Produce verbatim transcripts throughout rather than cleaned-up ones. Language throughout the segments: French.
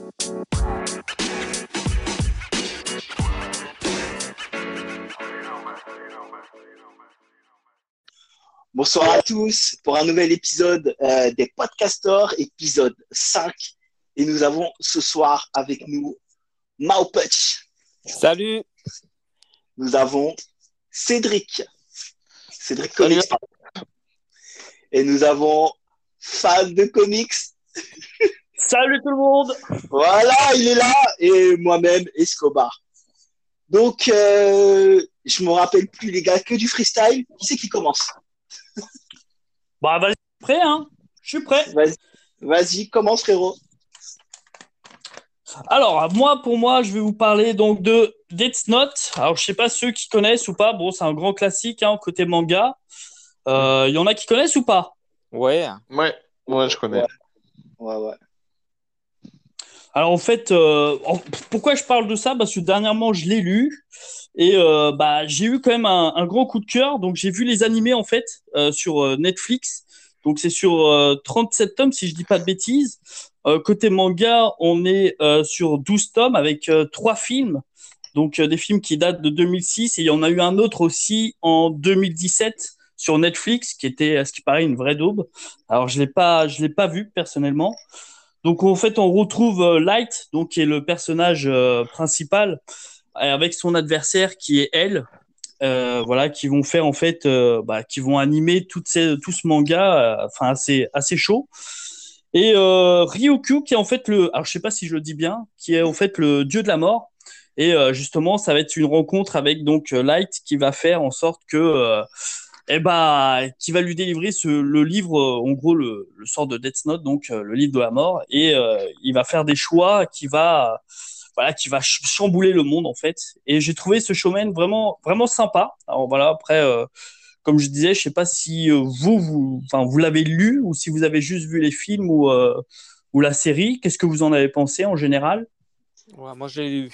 Bonsoir à tous pour un nouvel épisode euh, des Podcasters, épisode cinq. Et nous avons ce soir avec nous Mauputch. Salut. Nous avons Cédric. Cédric Salut. Comics. Et nous avons Fan de Comics. Salut tout le monde. Voilà, il est là. Et moi-même, Escobar. Donc, euh, je me rappelle plus, les gars, que du freestyle. Qui c'est qui commence? Bah vas-y, prêt hein. Je suis prêt. Vas-y, vas-y, commence frérot. Alors moi, pour moi, je vais vous parler donc de Death Note. Alors je sais pas ceux qui connaissent ou pas. Bon, c'est un grand classique hein, côté manga. Il euh, y en a qui connaissent ou pas? Ouais. Ouais, ouais, je connais. Ouais, ouais. ouais. Alors en fait, euh, pourquoi je parle de ça? Parce que dernièrement, je l'ai lu et euh, bah j'ai eu quand même un, un grand coup de cœur. Donc j'ai vu les animés en fait euh, sur euh, Netflix. Donc c'est sur euh, trente-sept tomes si je dis pas de bêtises. Euh, côté manga, on est euh, sur douze tomes avec euh, trois films. Donc euh, des films qui datent de deux mille six et il y en a eu un autre aussi en deux mille dix-sept sur Netflix qui était, à ce qui paraît, une vraie daube. Alors je l'ai pas, je l'ai pas vu personnellement. Donc en fait, on retrouve euh, Light, donc qui est le personnage euh, principal, avec son adversaire qui est elle, euh, voilà, qui vont faire en fait, euh, bah, qui vont animer toutes ces, tout ce manga, euh, enfin assez assez chaud. Et euh, Ryukyu qui est en fait le, alors je sais pas si je le dis bien, qui est en fait le dieu de la mort. Et euh, justement, ça va être une rencontre avec donc Light qui va faire en sorte que euh, eh ben, qui va lui délivrer ce, le livre, euh, en gros, le, le sort de Death Note, donc euh, le livre de la mort, et euh, il va faire des choix qui va, voilà, qui va ch- chambouler le monde en fait. Et j'ai trouvé ce showman vraiment, vraiment sympa. Alors voilà, après, euh, comme je disais, je sais pas si euh, vous, vous, enfin, vous l'avez lu ou si vous avez juste vu les films ou euh, ou la série. Qu'est-ce que vous en avez pensé en général? Ouais, moi, je l'ai lu.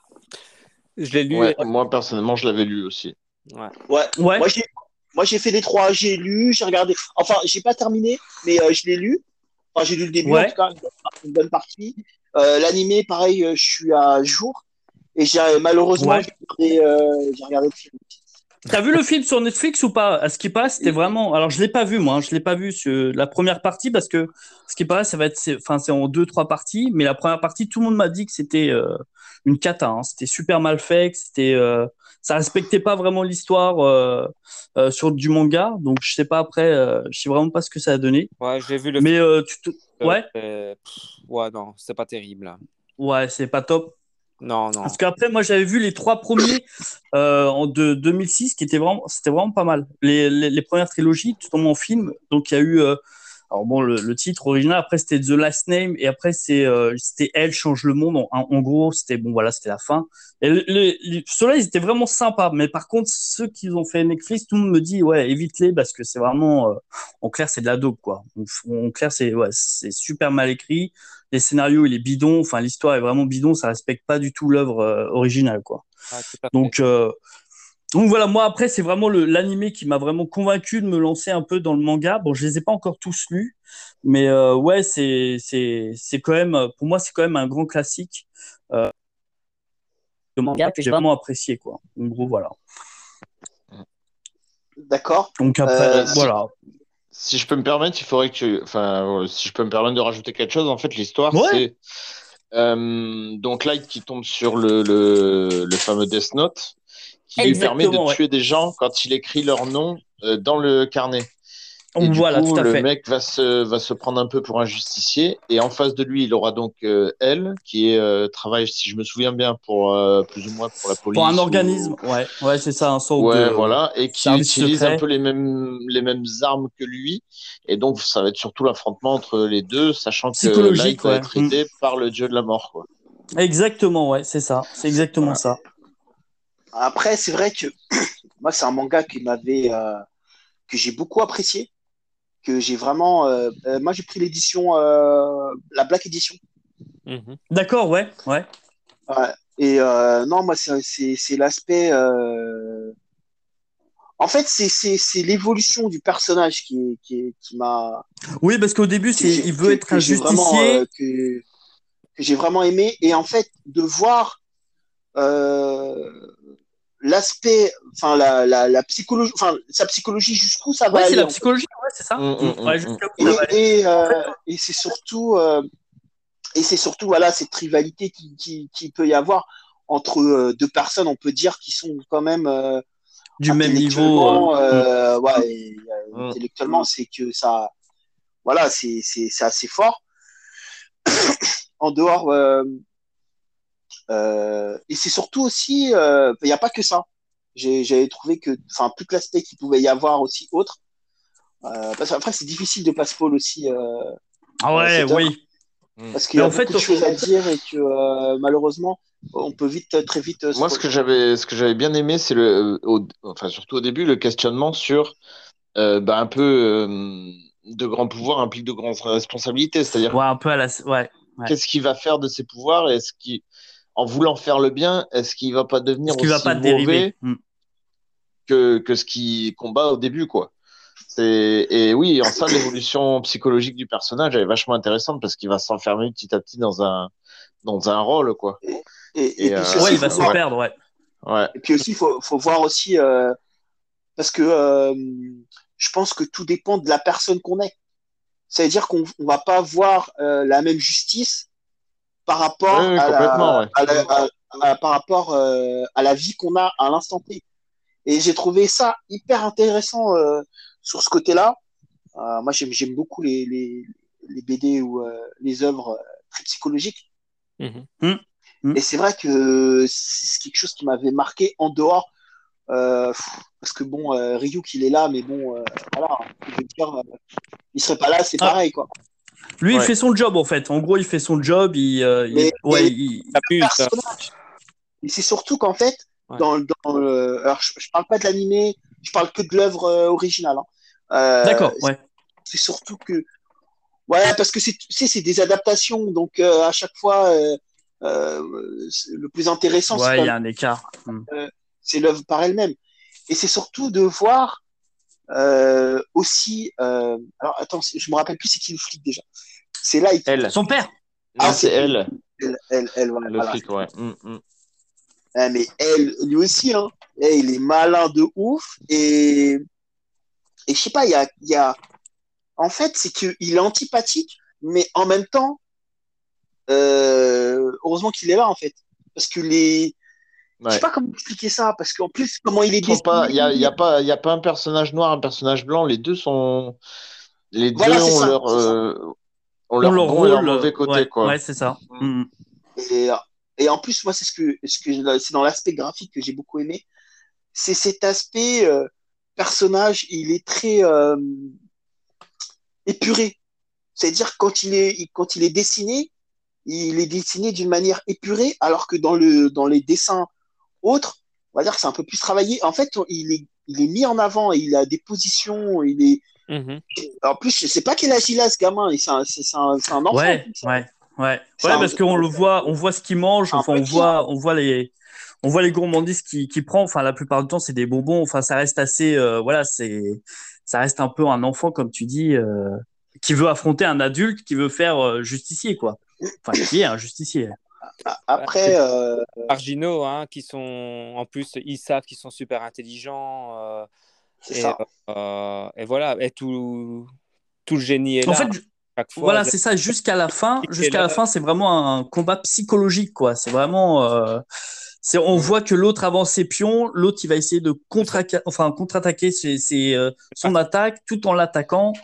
Je l'ai lu. Ouais, et- moi personnellement, je l'avais lu aussi. Ouais. Ouais. Ouais. Moi, j'ai, moi, j'ai fait les trois. J'ai lu, j'ai regardé. Enfin, j'ai pas terminé, mais euh, je l'ai lu. Enfin, j'ai lu le début, en Ouais. tout cas, une bonne partie. Euh, l'animé, pareil, euh, je suis à jour. Et j'ai, malheureusement, Ouais. j'ai regardé, euh, j'ai regardé le film. T'as vu le film sur Netflix ou pas? À ce qui passe, c'était vraiment. Alors, je l'ai pas vu moi. Hein. Je l'ai pas vu sur la première partie parce que ce qui paraît, ça va être, c'est- enfin, c'est en deux, trois parties. Mais la première partie, tout le monde m'a dit que c'était euh, une cata. Hein. C'était super mal fait. Que c'était, euh, ça respectait pas vraiment l'histoire euh, euh, sur du manga. Donc, je sais pas après. Euh, je sais vraiment pas ce que ça a donné. Ouais, j'ai vu le Mais film. euh, tu te... euh, ouais, euh, pff, ouais, non, c'est pas terrible, là. ouais, c'est pas top. Non, non. Parce qu'après, moi, j'avais vu les trois premiers euh, en de deux mille six, qui étaient vraiment, c'était vraiment pas mal. Les, les, les premières trilogies, tout en film. Donc, il y a eu, euh, alors bon, le, le titre original. Après, c'était The Last Name, et après, c'est, euh, c'était Elle change le monde. En, en gros, c'était bon, voilà, c'était la fin. Et le, le, le- ceux-là, ils étaient vraiment sympas. Mais par contre, ceux qui ont fait Netflix, tout le monde me dit, ouais, évite-les parce que c'est vraiment, euh, en clair, c'est de la dope, quoi. En, en clair, c'est, ouais, c'est super mal écrit. Les scénarios, il est bidon. Enfin, l'histoire est vraiment bidon. Ça respecte pas du tout l'œuvre euh, originale, quoi. Ouais, tout à fait. Donc, euh, donc voilà, moi après, c'est vraiment le, l'animé qui m'a vraiment convaincu de me lancer un peu dans le manga. Bon, je les ai pas encore tous lus, mais euh, ouais, c'est c'est c'est quand même, pour moi, c'est quand même un grand classique euh, de manga que j'ai vraiment apprécié, quoi. En gros, voilà. D'accord. Donc après, Euh, Euh, si, voilà. si je peux me permettre, il faudrait que tu... Enfin, euh, si je peux me permettre de rajouter quelque chose, en fait, l'histoire, Ouais, c'est euh, donc Light qui tombe sur le, le, le fameux Death Note, qui lui permet de exactement, ouais. tuer des gens quand il écrit leur nom euh, dans le carnet. Et du Voilà, coup, tout à le fait. mec va se, va se prendre un peu pour un justicier. Et en face de lui, il aura donc euh, elle, qui est, euh, travaille, si je me souviens bien, pour euh, plus ou moins pour la Pour un police organisme, ou... ouais, ouais, c'est ça, un sorte Ouais, de voilà. Et qui service utilise un secret. peu les mêmes, les mêmes armes que lui. Et donc, ça va être surtout l'affrontement entre les deux, sachant que Light Psychologique, va ouais. être Mm. aidé par le dieu de la mort, quoi. Exactement, ouais, c'est ça. C'est exactement Voilà. ça. Après, c'est vrai que moi, c'est un manga qui m'avait, euh, que j'ai beaucoup apprécié, que j'ai vraiment. Euh, euh, moi, j'ai pris l'édition, euh, la Black Edition. Mhm. D'accord, ouais, ouais. Ouais. Et euh, non, moi, c'est c'est- c'est l'aspect. euh, En fait, c'est c'est- c'est l'évolution du personnage qui, est- qui, est- qui m'a. Oui, parce qu'au début, Que c'est, j'ai il veut que, être que un j'ai vraiment. euh, justicier. que... que j'ai vraiment aimé. Et en fait, de voir euh, l'aspect, enfin la, la, la psychologie, enfin sa psychologie jusqu'où ça va Ouais, c'est aller la en fait. psychologie, ouais, c'est ça. Hum, hum, Ouais, hum, hum. jusqu'à où Et, ça va aller. et, En fait, euh, et c'est surtout, euh, et c'est surtout voilà cette rivalité qui, qui, qui peut y avoir entre euh, deux personnes, on peut dire, qui sont quand même euh, du même niveau. euh, intellectuellement, mm. euh, ouais, et, euh, Hum. intellectuellement, c'est que ça, voilà, c'est c'est c'est assez fort. En dehors, euh, euh, et c'est surtout aussi, il euh, n'y a pas que ça. J'ai, j'avais trouvé que, enfin, tout l'aspect qu'il pouvait y avoir aussi autre. Euh, parce qu'après, c'est difficile de pas spoil aussi euh, Ah euh, ouais, cette œuvre oui. Hum. parce qu'il Mais y a en beaucoup fait, de oh, choses à dire et que euh, malheureusement, on peut vite, très vite euh, Moi, ce spoil. que j'avais, ce que j'avais bien aimé, c'est le, au- enfin surtout au début, le questionnement sur, euh, bah, un peu, euh, de grands pouvoirs impliquent de grandes responsabilités. C'est-à-dire, ouais, un peu à la. Ouais, ouais. qu'est-ce qu'il va faire de ses pouvoirs? Est-ce qu'il, en voulant faire le bien, est-ce qu'il va pas Est-ce devenir qu'il va aussi pas dériver? mauvais Mm. que, que ce qu'il combat au début, quoi? C'est, et oui, en ça, l'évolution psychologique du personnage elle est vachement intéressante parce qu'il va s'enfermer petit à petit dans un, dans un rôle, quoi. Et, et, et Et puis c'est Ouais, aussi, il faut va se voir. ouais, perdre, ouais. ouais, Et puis aussi, faut, faut voir aussi euh, parce que euh, je pense que tout dépend de la personne qu'on est. C'est-à-dire qu'on on va pas voir euh, la même justice par ouais, rapport ouais, à complètement, la, ouais. à la, à- à- par rapport euh, à la vie qu'on a à l'instant T. Et j'ai trouvé ça hyper intéressant euh, sur ce côté-là. Euh, moi, j'aime, j'aime beaucoup les, les, les B D ou euh, les œuvres euh, très psychologiques. Mhm. Mm. Mm. Et c'est vrai que c'est quelque chose qui m'avait marqué en dehors. Euh, parce que bon, euh, Ryuk, il est là, mais bon, euh, voilà. Je veux dire, euh, il serait pas là, c'est Ah, pareil, quoi. lui, il Ouais. fait son job, en fait. En gros, il fait son job. Il, euh, il Mais, est... Ouais, mais il... T'abuses, là. personnage. Et c'est surtout qu'en fait, Ouais. dans, dans le, alors je, je parle pas de l'animé, je parle que de l'œuvre euh, originale. Hein. Euh, D'accord, ouais. c'est surtout que, ouais, parce que c'est, tu sais, c'est des adaptations, donc euh, à chaque fois, euh, euh, c'est- le plus intéressant, c'est Ouais, quand il y même, a un écart. Mm. euh, c'est l'œuvre par elle-même. Et c'est surtout de voir euh, aussi, euh, alors attends, c'est- je me rappelle plus c'est qui le flic déjà. C'est Light. Elle. Son père. Ah, Non, c'est c'est elle, elle, elle, elle, elle, ouais, le voilà. flic, ouais. Hum, hum. Ah, mais elle, lui aussi, hein, eh, il est malin de ouf. Et, et je sais pas, il y a, il y a, en fait, c'est qu'il est antipathique, mais en même temps, euh, heureusement qu'il est là, en fait. Parce que les, je sais Ouais. pas comment expliquer ça, parce qu'en plus, comment il est Ils sont pas, il y a, il y dessiné, a pas, il y a pas un personnage noir, un personnage blanc. Les deux sont, les voilà, deux c'est ont ça, leur, c'est ça. euh, ont On leur leur bon et leur rôle. euh, mauvais côté, Ouais, quoi. ouais, c'est ça. Hum. Mm. Et, et en plus, moi, c'est ce que, ce que, c'est dans l'aspect graphique que j'ai beaucoup aimé. C'est cet aspect euh, personnage, il est très euh, épuré. C'est-à-dire quand il est, quand il est dessiné, il est dessiné d'une manière épurée, alors que dans le, dans les dessins autres, on va dire que c'est un peu plus travaillé. En fait, il est, il est mis en avant, il a des positions, il est. Mhm. En plus, je sais pas quel âge il a ce gamin. C'est un, c'est c'est un, c'est un enfant en Ouais, plus. ouais, ouais. C'est Ouais, un, parce qu'on le voit, on voit ce qu'il mange. un Enfin, on petit. voit, on voit les, on voit les gourmandises qu'il qu'il prend. Enfin, la plupart du temps, c'est des bonbons. Enfin, ça reste assez, euh, voilà, c'est, ça reste un peu un enfant, comme tu dis, euh, qui veut affronter un adulte, qui veut faire euh, justicier, quoi. Enfin, qui est un justicier. Bah, c'est Après, euh, marginaux, hein, qui sont en plus, ils savent qu'ils sont super intelligents. euh, c'est et, ça. euh, et voilà, et tout, tout le génie est En là. fait, Chaque fois, voilà, c'est ça. Jusqu'à la fin, est jusqu'à la là. fin, c'est vraiment un combat psychologique, quoi. C'est vraiment, euh, c'est, on Mm. voit que l'autre avance ses pions, l'autre il va essayer de contre, enfin contre-attaquer ses, ses, euh, son attaque tout en l'attaquant.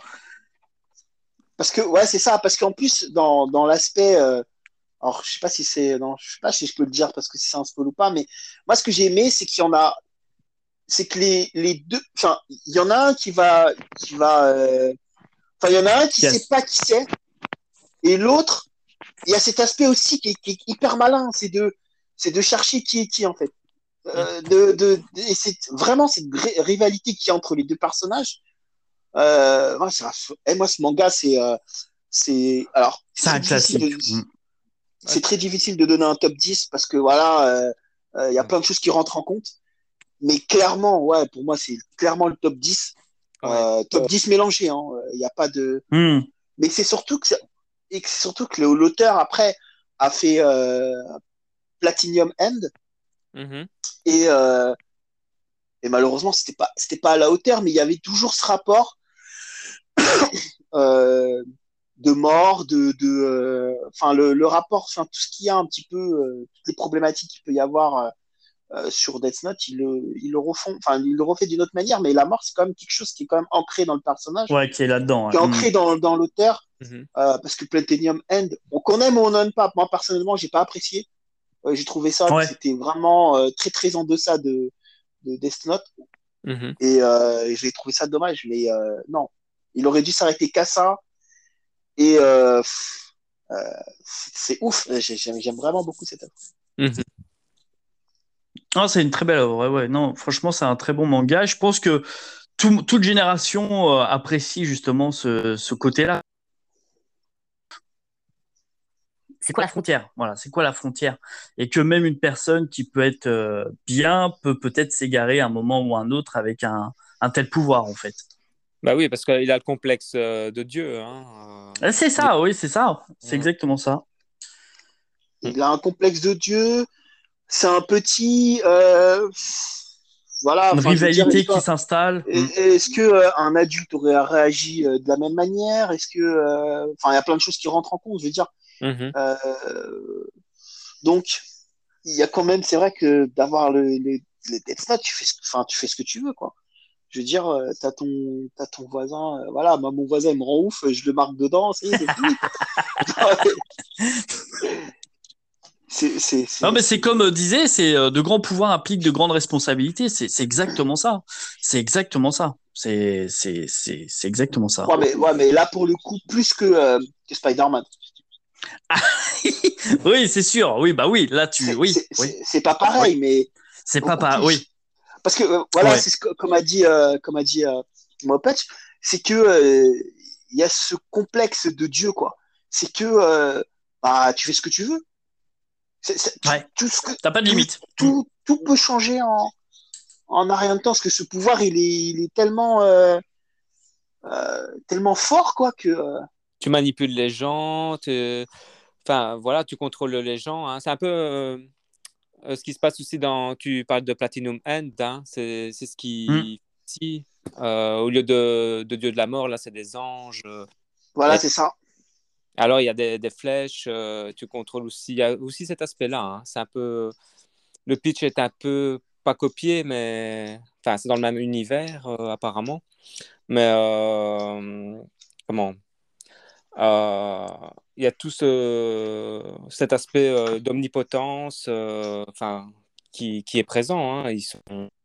Parce que, ouais, c'est ça. Parce qu'en plus, dans, dans l'aspect. Euh, alors, je sais pas si c'est. Non, je sais pas si je peux le dire parce que si c'est un spoil ou pas, mais moi, ce que j'ai aimé, c'est qu'il y en a. C'est que les, les deux. Enfin, il y en a un qui va. Qui va euh, Enfin, il y en a un qui sait Yes. pas qui c'est. Et l'autre, il y a cet aspect aussi qui est, qui est hyper malin. C'est de, c'est de chercher qui est qui, en fait. Euh, de, de, de- et c'est vraiment cette ri- rivalité qu'il y a entre les deux personnages. Euh, moi, ça- et moi, ce manga, c'est. Euh, c'est alors, c'est C'est très un difficile de. classique. Mm. C'est très difficile de donner un top dix parce que voilà, euh, euh, il y a Mm. plein de choses qui rentrent en compte. Mais clairement, ouais, pour moi, c'est clairement le top dix. Ouais. Euh, top dix mélangé, hein. Il n'y a pas de. Mm. Mais c'est surtout que, ça- et que c'est surtout que le- l'auteur, après, a fait euh, Platinum End Mhm. et, euh, et malheureusement, c'était pas, c'était pas à la hauteur, mais il y avait toujours ce rapport euh, de mort, de, de, euh, enfin le, le rapport, enfin tout ce qu'il y a un petit peu, euh, toutes les problématiques qu'il peut y avoir euh, euh, sur Death Note, ils le, ils le refont, enfin ils le refait d'une autre manière, mais la mort c'est quand même quelque chose qui est quand même ancré dans le personnage, Ouais, qui est là-dedans. qui est Ouais. ancré dans, dans l'auteur, Mhm. euh, parce que Platinum End, on connaît mais on n'aime pas. Moi personnellement, j'ai pas apprécié. Euh, j'ai trouvé ça Mm. que Ouais. c'était vraiment euh, très très en deçà de, de Death Note Mhm. et, euh, et j'ai trouvé ça dommage, mais euh, non, il aurait dû s'arrêter qu'à ça. Et euh, pff, euh, c'est c'est ouf, J'ai- j'aime j'aime vraiment beaucoup cette œuvre. Mhm. Ah, c'est une très belle œuvre. Ouais, ouais. Non, franchement, c'est un très bon manga. Je pense que tout- toute génération euh, apprécie justement ce, ce côté-là. C'est quoi la frontière? Voilà, c'est quoi la frontière? Et que même une personne qui peut être euh, bien peut peut-être s'égarer à un moment ou à un autre avec un, un tel pouvoir, en fait. Bah oui, parce qu'il a le complexe euh, de Dieu. Hein. Euh, C'est euh. ça, oui, c'est ça. C'est Mhm. exactement ça. Il a un complexe de Dieu, c'est un petit, euh, voilà, Une enfin je veux dire, est-ce rivalité que, qui s'installe. Mm. est-ce que euh, un adulte aurait réagi euh, de la même manière? Est-ce que, euh, enfin, il y a plein de choses qui rentrent en compte. Je veux dire, Mhm. euh, donc il y a quand même, c'est vrai que d'avoir le, le, le Death Note, tu fais, ce- enfin, tu fais ce que tu veux, quoi. Je veux dire, euh, t'as ton, t'as ton voisin, euh, voilà, moi, mon voisin, il me rend ouf, je le marque dedans, ça y est, c'est fini, quoi. C'est, c'est, Non, c'est, mais c'est c'est... comme euh, disait, c'est euh, de grands pouvoirs impliquent de grandes responsabilités. C'est c'est exactement ça. C'est exactement ça. C'est c'est c'est c'est exactement ça. Ouais, mais, ouais, mais là, pour le coup, plus que, euh, que Spider-Man. Oui, c'est sûr. Oui, bah oui. Là, tu, C'est, oui, c'est, oui, c'est, c'est pas oui. pareil, mais C'est pas beaucoup pas. Oui, plus. Parce que, euh, voilà, ouais. c'est ce que, comme a dit, euh, comme a dit euh, Mopetch, c'est que euh, il y a ce complexe de Dieu, quoi. C'est que euh, bah, tu fais ce que tu veux. C'est, c'est- tout, Ouais. tout ce que, T'as pas de tout, limite. Mm. tout, tout peut changer en, en un rien de temps, parce que ce pouvoir, il est, il est tellement, euh, euh, tellement fort, quoi, que. euh, Tu manipules les gens, tu... Enfin, voilà, tu contrôles les gens. Hein. C'est un peu euh, euh, ce qui se passe aussi dans... Tu parles de Platinum End, hein. C'est, c'est ce Mm. qui... Si, euh, au lieu de, de Dieu de la mort, là, c'est des anges. euh, voilà, Et c'est ça. alors, il y a des, des flèches, euh, tu contrôles aussi. Il y a aussi cet aspect-là. Hein. C'est un peu... Le pitch est un peu pas copié, mais... Enfin, c'est dans le même univers, euh, apparemment. Mais... euh, Comment? Euh, il y a tout ce, cet aspect euh, d'omnipotence euh, enfin, qui, qui est présent. Hein. Ils sont,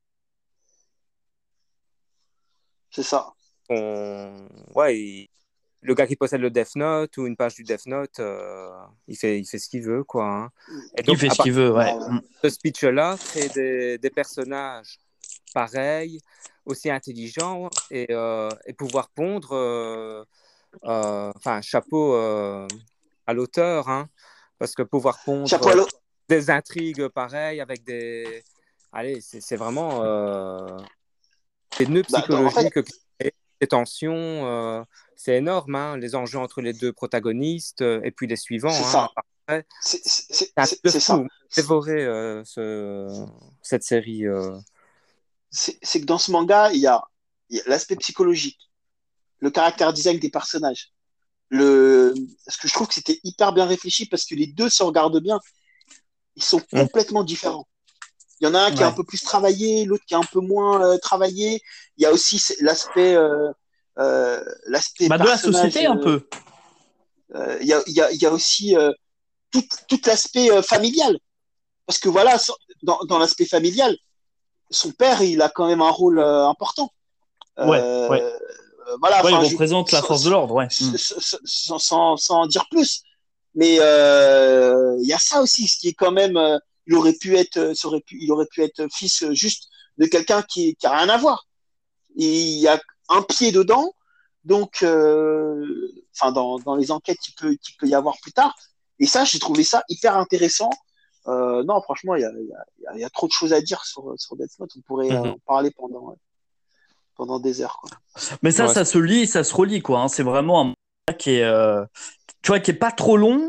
C'est ça. on- ouais, il- le gars qui possède le Death Note ou une page du Death Note, euh, il fait, il fait ce qu'il veut, quoi. Hein. Et Il donc, fait à ce qu'il partir veut. Ouais. Bah, ouais. Mm. de ce speech-là, créer des, des personnages pareils, aussi intelligents, et, euh, et pouvoir pondre, euh, euh, enfin, chapeau euh, à l'auteur, hein, parce que pouvoir Chapeau pondre à l'eau. des intrigues pareilles avec des... Allez, c'est c'est vraiment euh, des nœuds Bah, dans- en fait, psychologiques, des tensions, euh, c'est énorme, hein, les enjeux entre les deux protagonistes euh, et puis les c'est suivants. Hein, ça. après, C'est c'est- c'est un truc c'est- de c'est ça. fou. J'ai dévoré euh, ce, cette série. euh. C'est c'est que dans ce manga, il y a, il y a l'aspect psychologique, le caractère design des personnages. Le... Parce que je trouve que c'était hyper bien réfléchi parce que les deux se regardent bien. Ils sont Mm. complètement différents. Il y en a un qui est un Ouais. peu plus travaillé, l'autre qui est un peu moins euh, travaillé. Il y a aussi c- l'aspect euh, euh, l'aspect Bah de la personnage. société un euh, peu. euh, il y a, il y a, il y a aussi euh, tout, tout l'aspect euh, familial. Parce que voilà, so- dans, dans l'aspect familial, son père, il a quand même un rôle euh, important. Ouais. Ouais. Euh, euh, voilà, Ouais. Il enfin, je, représente la sans, force de l'ordre. Ouais. Mm. sans, sans, sans en dire plus. Mais euh, il y a ça aussi, ce qui est quand même, euh, il aurait pu être, euh, ça aurait pu, il aurait pu être fils euh, juste de quelqu'un qui, qui a rien à voir. Il y a un pied dedans, donc, euh, enfin, dans, dans les enquêtes qu'il peut, qu'il peut y avoir plus tard. Et ça, j'ai trouvé ça hyper intéressant. Euh, non, franchement, il y a, il y, a, il y a trop de choses à dire sur, sur Death Note. On pourrait euh, Mhm. en parler pendant, pendant des heures, quoi. Mais ça, Ouais, ça se lit, ça se relie quoi. Hein. C'est vraiment un manga qui est, euh, tu vois, qui est pas trop long,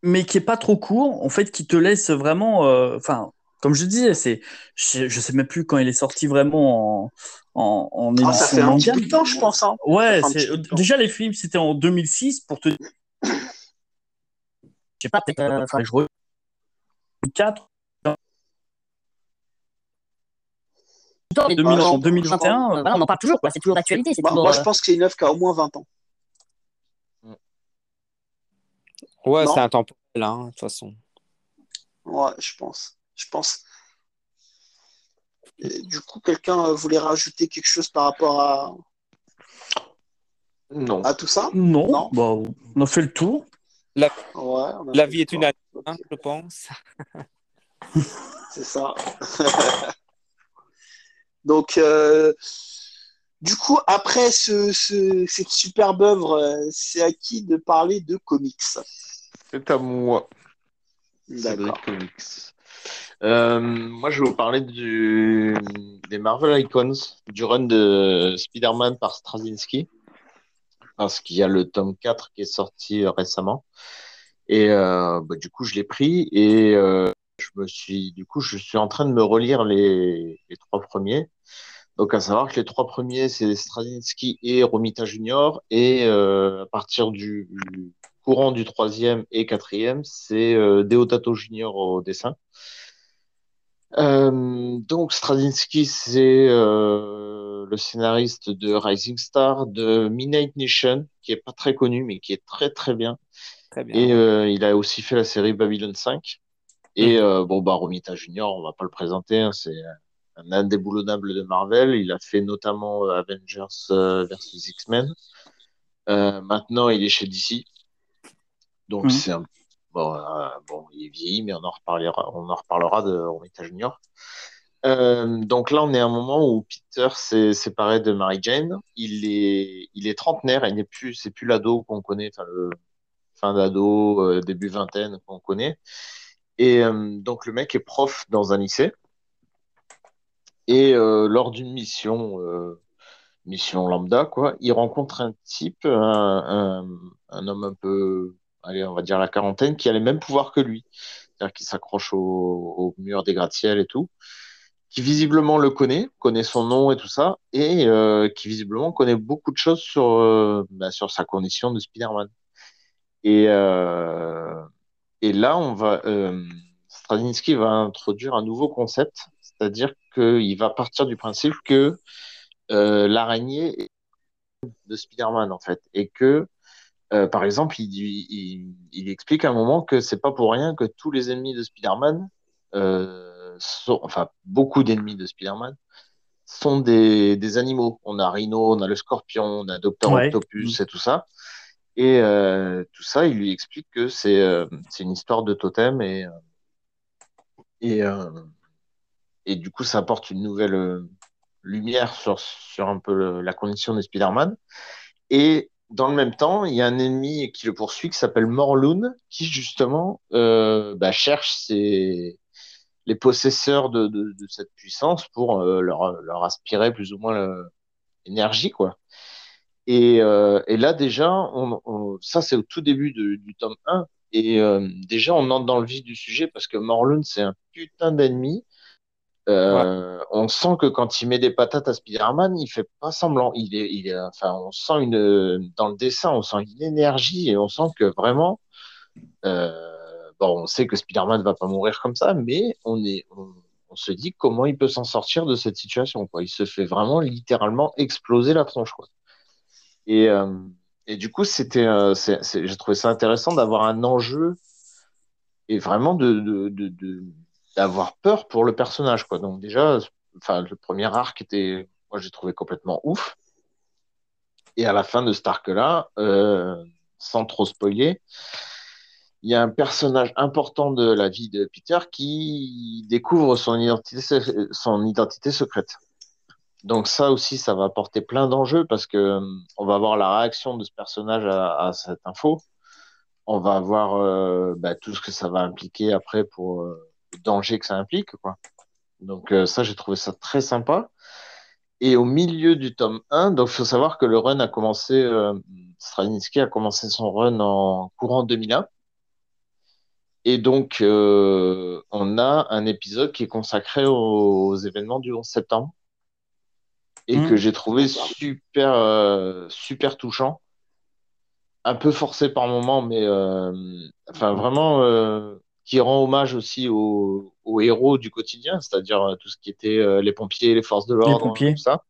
mais qui est pas trop court, en fait, qui te laisse vraiment, euh, enfin, comme je disais, c'est, je, je sais même plus quand il est sorti vraiment en, en, en Ah, ça édition fait un petit manga. bout de temps, je pense. Hein. Ça Ouais, fait un c'est petit bout de temps. déjà les films, c'était en deux mille six pour te, je sais pas, peut-être, euh, faudrait que je regarde quatre, deux mille Ah, je, en je pense, deux mille vingt et un, euh, voilà, on en parle toujours, quoi. C'est toujours d'actualité, c'est moi, toujours. moi, je euh, pense que c'est une œuvre qui a au moins vingt ans. Ouais, c'est Non? intemporel, hein, de toute façon. Ouais, je pense. Je pense. Et du coup, quelqu'un euh, voulait rajouter quelque chose par rapport à, Non. à tout ça? Non, Non? bah, on a fait le tour. La, Ouais, on a la fait vie le est une tour. année, hein, Ok, je pense. c'est ça. Donc, euh, du coup, après ce, ce- cette superbe œuvre, euh, c'est à qui de parler de comics? C'est à moi, Cédric D'accord. Comics. Euh, moi, je vais vous parler du, des Marvel Icons, du run de Spider-Man par Straczynski, parce qu'il y a le tome quatre qui est sorti euh, récemment. Et euh, bah, du coup, je l'ai pris et euh, je me suis, du coup, je suis en train de me relire les, les trois premiers. Donc, à savoir que les trois premiers, c'est Straczynski et Romita Junior. Et euh, à partir du, du courant du troisième et quatrième, c'est euh, Deodato Junior au dessin. Euh, donc Straczynski, c'est euh, le scénariste de Rising Star, de Midnight Nation, qui est pas très connu, mais qui est très très bien. Très bien, Et ouais. euh, il a aussi fait la série Babylon cinq. Et Mhm. euh, bon, bah, Romita Junior, on va pas le présenter, hein, c'est un indéboulonnable de Marvel. Il a fait notamment euh, Avengers euh, versus X-Men. Euh, maintenant, il est chez D C. Donc Mhm. c'est un bon, euh, bon, il est vieilli, mais on en reparlera, on en reparlera de Romita Junior. Euh, donc là, on est à un moment où Peter s'est séparé de Mary Jane. Il est, il est trentenaire, il n'est plus, c'est plus l'ado qu'on connaît, enfin le fin d'ado, euh, début vingtaine qu'on connaît. Et euh, donc le mec est prof dans un lycée. Et euh, lors d'une mission, euh, mission lambda, quoi, il rencontre un type, un, un, un homme un peu, allez, on va dire la quarantaine, qui a les mêmes pouvoirs que lui. C'est-à-dire qu'il s'accroche au, au mur des gratte-ciel et tout, qui visiblement le connaît, connaît son nom et tout ça, et euh, qui visiblement connaît beaucoup de choses sur, euh, bah, sur sa condition de Spider-Man. Et, euh, et là, on va, euh, Straczynski va introduire un nouveau concept, c'est-à-dire qu'il va partir du principe que euh, l'araignée est de Spider-Man en fait, et que euh, par exemple, il, il, il explique à un moment que c'est pas pour rien que tous les ennemis de Spider-Man, euh, sont, enfin beaucoup d'ennemis de Spider-Man, sont des, des animaux. On a Rhino, on a le Scorpion, on a Docteur Ouais. Mhm. Octopus et tout ça. Et euh, tout ça, il lui explique que c'est euh, c'est une histoire de totem et, et, euh, et du coup, ça apporte une nouvelle euh, lumière sur, sur un peu le- la condition de Spider-Man. Et dans le même temps, il y a un ennemi qui le poursuit qui s'appelle Morlun, qui justement euh, bah, cherche ses, les possesseurs de, de, de cette puissance pour euh, leur, leur aspirer plus ou moins le- l'énergie, quoi. Et, euh, et là, déjà, on, on- ça, c'est au tout début de- du tome un. Et euh, déjà, on entre dans le vif du sujet parce que Morlun, c'est un putain d'ennemi. Ouais, Euh, on sent que quand il met des patates à Spider-Man, il fait pas semblant. Il est, il est, enfin, on sent une, dans le dessin, on sent une énergie et on sent que vraiment, euh, bon, on sait que Spider-Man va pas mourir comme ça, mais on est, on, on se dit comment il peut s'en sortir de cette situation, quoi. Il se fait vraiment littéralement exploser la tronche, quoi. Et, euh, et du coup, c'était, euh, c'est, c'est- j'ai trouvé ça intéressant d'avoir un enjeu et vraiment de, de, de, de- d'avoir peur pour le personnage, quoi. Donc déjà, enfin, le premier arc était, moi, j'ai trouvé complètement ouf. Et à la fin de cet arc-là, euh, sans trop spoiler, il y a un personnage important de la vie de Peter qui découvre son identité, son identité secrète. Donc ça aussi, ça va apporter plein d'enjeux parce que euh, on va voir la réaction de ce personnage à, à cette info. On va voir euh, bah, tout ce que ça va impliquer après pour euh, le danger que ça implique, quoi. Donc euh, ça, j'ai trouvé ça très sympa. Et au milieu du tome un, donc il faut savoir que le run a commencé, euh, Straczynski a commencé son run en courant deux mille un. Et donc, euh, on a un épisode qui est consacré aux, aux événements du onze septembre et que Hum. j'ai trouvé super, euh, super touchant. Un peu forcé par moment, mais euh, enfin vraiment euh, qui rend hommage aussi aux, aux héros du quotidien, c'est-à-dire euh, tout ce qui était euh, les pompiers, les forces de Les l'ordre, tout pompiers. ça.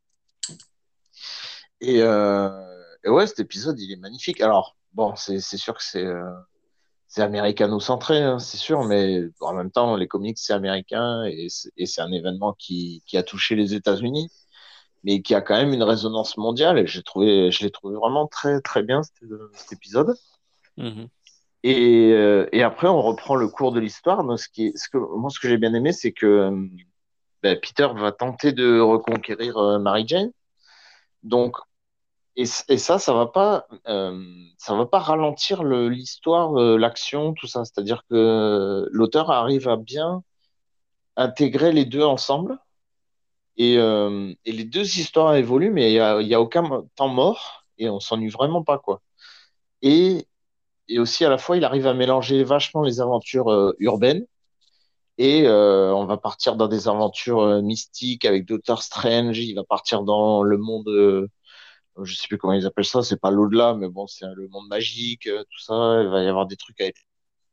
Et, euh, et ouais, cet épisode, il est magnifique. Alors, bon, c'est c'est sûr que c'est euh, c'est américano-centré, hein, c'est sûr, mais en même temps, les comics, c'est américain et c'est et c'est un événement qui, qui a touché les États-Unis, mais qui a quand même une résonance mondiale. Et j'ai trouvé, je l'ai trouvé vraiment très, très bien, cet, cet épisode. Mhm. Et, euh, et après, on reprend le cours de l'histoire. Donc, ce qui est, ce que, moi, ce que j'ai bien aimé, c'est que euh, ben, Peter va tenter de reconquérir euh, Mary Jane. Donc, et, et ça, ça va pas, euh, ça va pas ralentir le- l'histoire, euh, l'action, tout ça. C'est-à-dire que l'auteur arrive à bien intégrer les deux ensemble. Et, euh, et les deux histoires évoluent, mais il y a, il y a aucun temps mort et on s'ennuie vraiment pas, quoi. Et, et aussi, à la fois, il arrive à mélanger vachement les aventures euh, urbaines. Et euh, on va partir dans des aventures euh, mystiques avec Doctor Strange. Il va partir dans le monde, euh, je sais plus comment ils appellent ça, c'est pas l'au-delà, mais bon, c'est le monde magique, euh, tout ça. Il va y avoir des trucs avec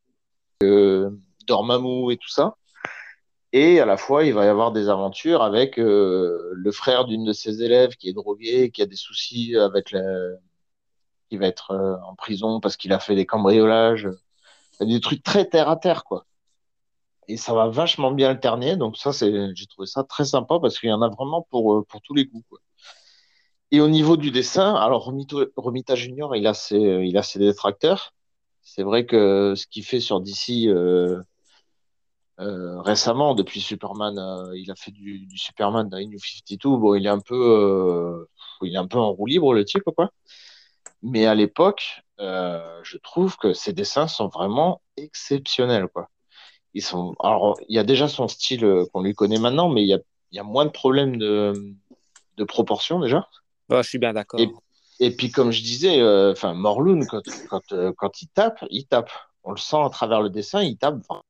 Dormammu et tout ça. Et à la fois, il va y avoir des aventures avec euh, le frère d'une de ses élèves qui est drogué, qui a des soucis avec la... qui va être euh, en prison parce qu'il a fait des cambriolages. Il y a des trucs très terre à terre, quoi. Et ça va vachement bien alterner. Donc ça, c'est, j'ai trouvé ça très sympa parce qu'il y en a vraiment pour, euh, pour tous les goûts, quoi. Et au niveau du dessin, alors Romito, Romita Junior, il a ses, il a ses détracteurs. C'est vrai que ce qu'il fait sur D C euh, euh, récemment, depuis Superman, euh, il a fait du, du Superman dans New cinquante-deux. Bon, il est un peu, euh, il est un peu en roue libre, le type, quoi. Mais à l'époque, euh, je trouve que ses dessins sont vraiment exceptionnels, quoi. Ils sont, alors, il y a déjà son style euh, qu'on lui connaît maintenant, mais il y a, il y a moins de problèmes de, de proportion déjà. Ouais, je suis bien Et, d'accord. et puis, comme je disais, euh, enfin, Morlun, quand, quand, euh, quand il tape, il tape. On le sent à travers le dessin, il tape. Enfin,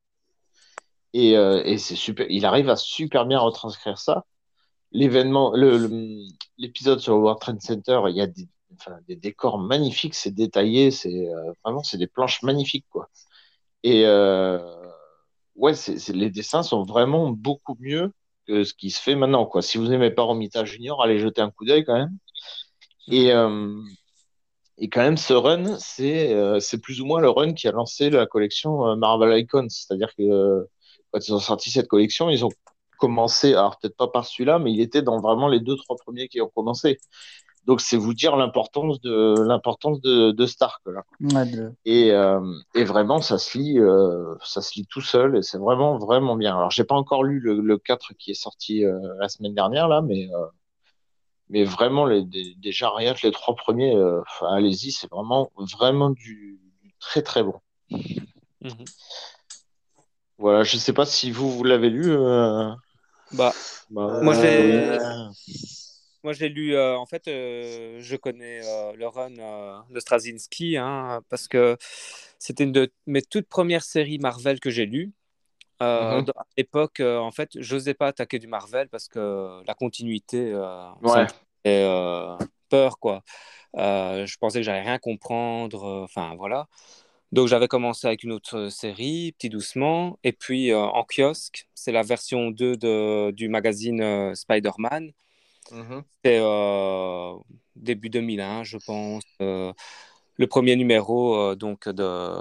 et euh, et c'est super. Il arrive à super bien retranscrire ça. L'événement, le, le- l'épisode sur le World Trade Center, il y a des, enfin, des décors magnifiques, c'est détaillé, c'est euh, vraiment, c'est des planches magnifiques, quoi. Et, euh, ouais, c'est, c'est- les dessins sont vraiment beaucoup mieux que ce qui se fait maintenant, quoi. Si vous aimez pas Romita Junior, allez jeter un coup d'œil quand même. Et, Mhm. euh, et quand même, ce run, c'est euh, c'est plus ou moins le run qui a lancé la collection euh, Marvel Icons. C'est-à-dire que euh, quand ils ont sorti cette collection, ils ont commencé, alors peut-être pas par celui-là, mais il était dans vraiment les deux, trois premiers qui ont commencé. Donc c'est vous dire l'importance de l'importance de, de Stark, là. Ouais, de- Et, euh, et vraiment, ça se lit, euh, ça se lit tout seul et c'est vraiment, vraiment bien. Alors, j'ai pas encore lu le, le quatre qui est sorti euh, la semaine dernière, là, mais, euh, mais vraiment, les, des- déjà, rien que les trois premiers, euh, enfin, allez-y, c'est vraiment, vraiment du, du très, très bon. Mhm. Voilà, je sais pas si vous, vous l'avez lu. Euh, Bah, bah, moi, je l'ai, Loïc. moi, je l'ai lu. Euh, en fait, euh, je connais euh, le run euh, de Straczynski, hein, parce que c'était une de mes toutes premières séries Marvel que j'ai lues. Euh, Mhm. dans- à l'époque, euh, en fait, j'osais pas attaquer du Marvel parce que la continuité, euh, ça me Ouais. faisait euh, peur, quoi. Euh, je pensais que j'allais rien comprendre. euh, Enfin, voilà. Donc, j'avais commencé avec une autre série, petit doucement. Et puis, euh, en kiosque, c'est la version deux de, du magazine euh, Spider-Man. Mhm. C'est euh, début deux mille un, je pense. Euh, le premier numéro euh, donc de,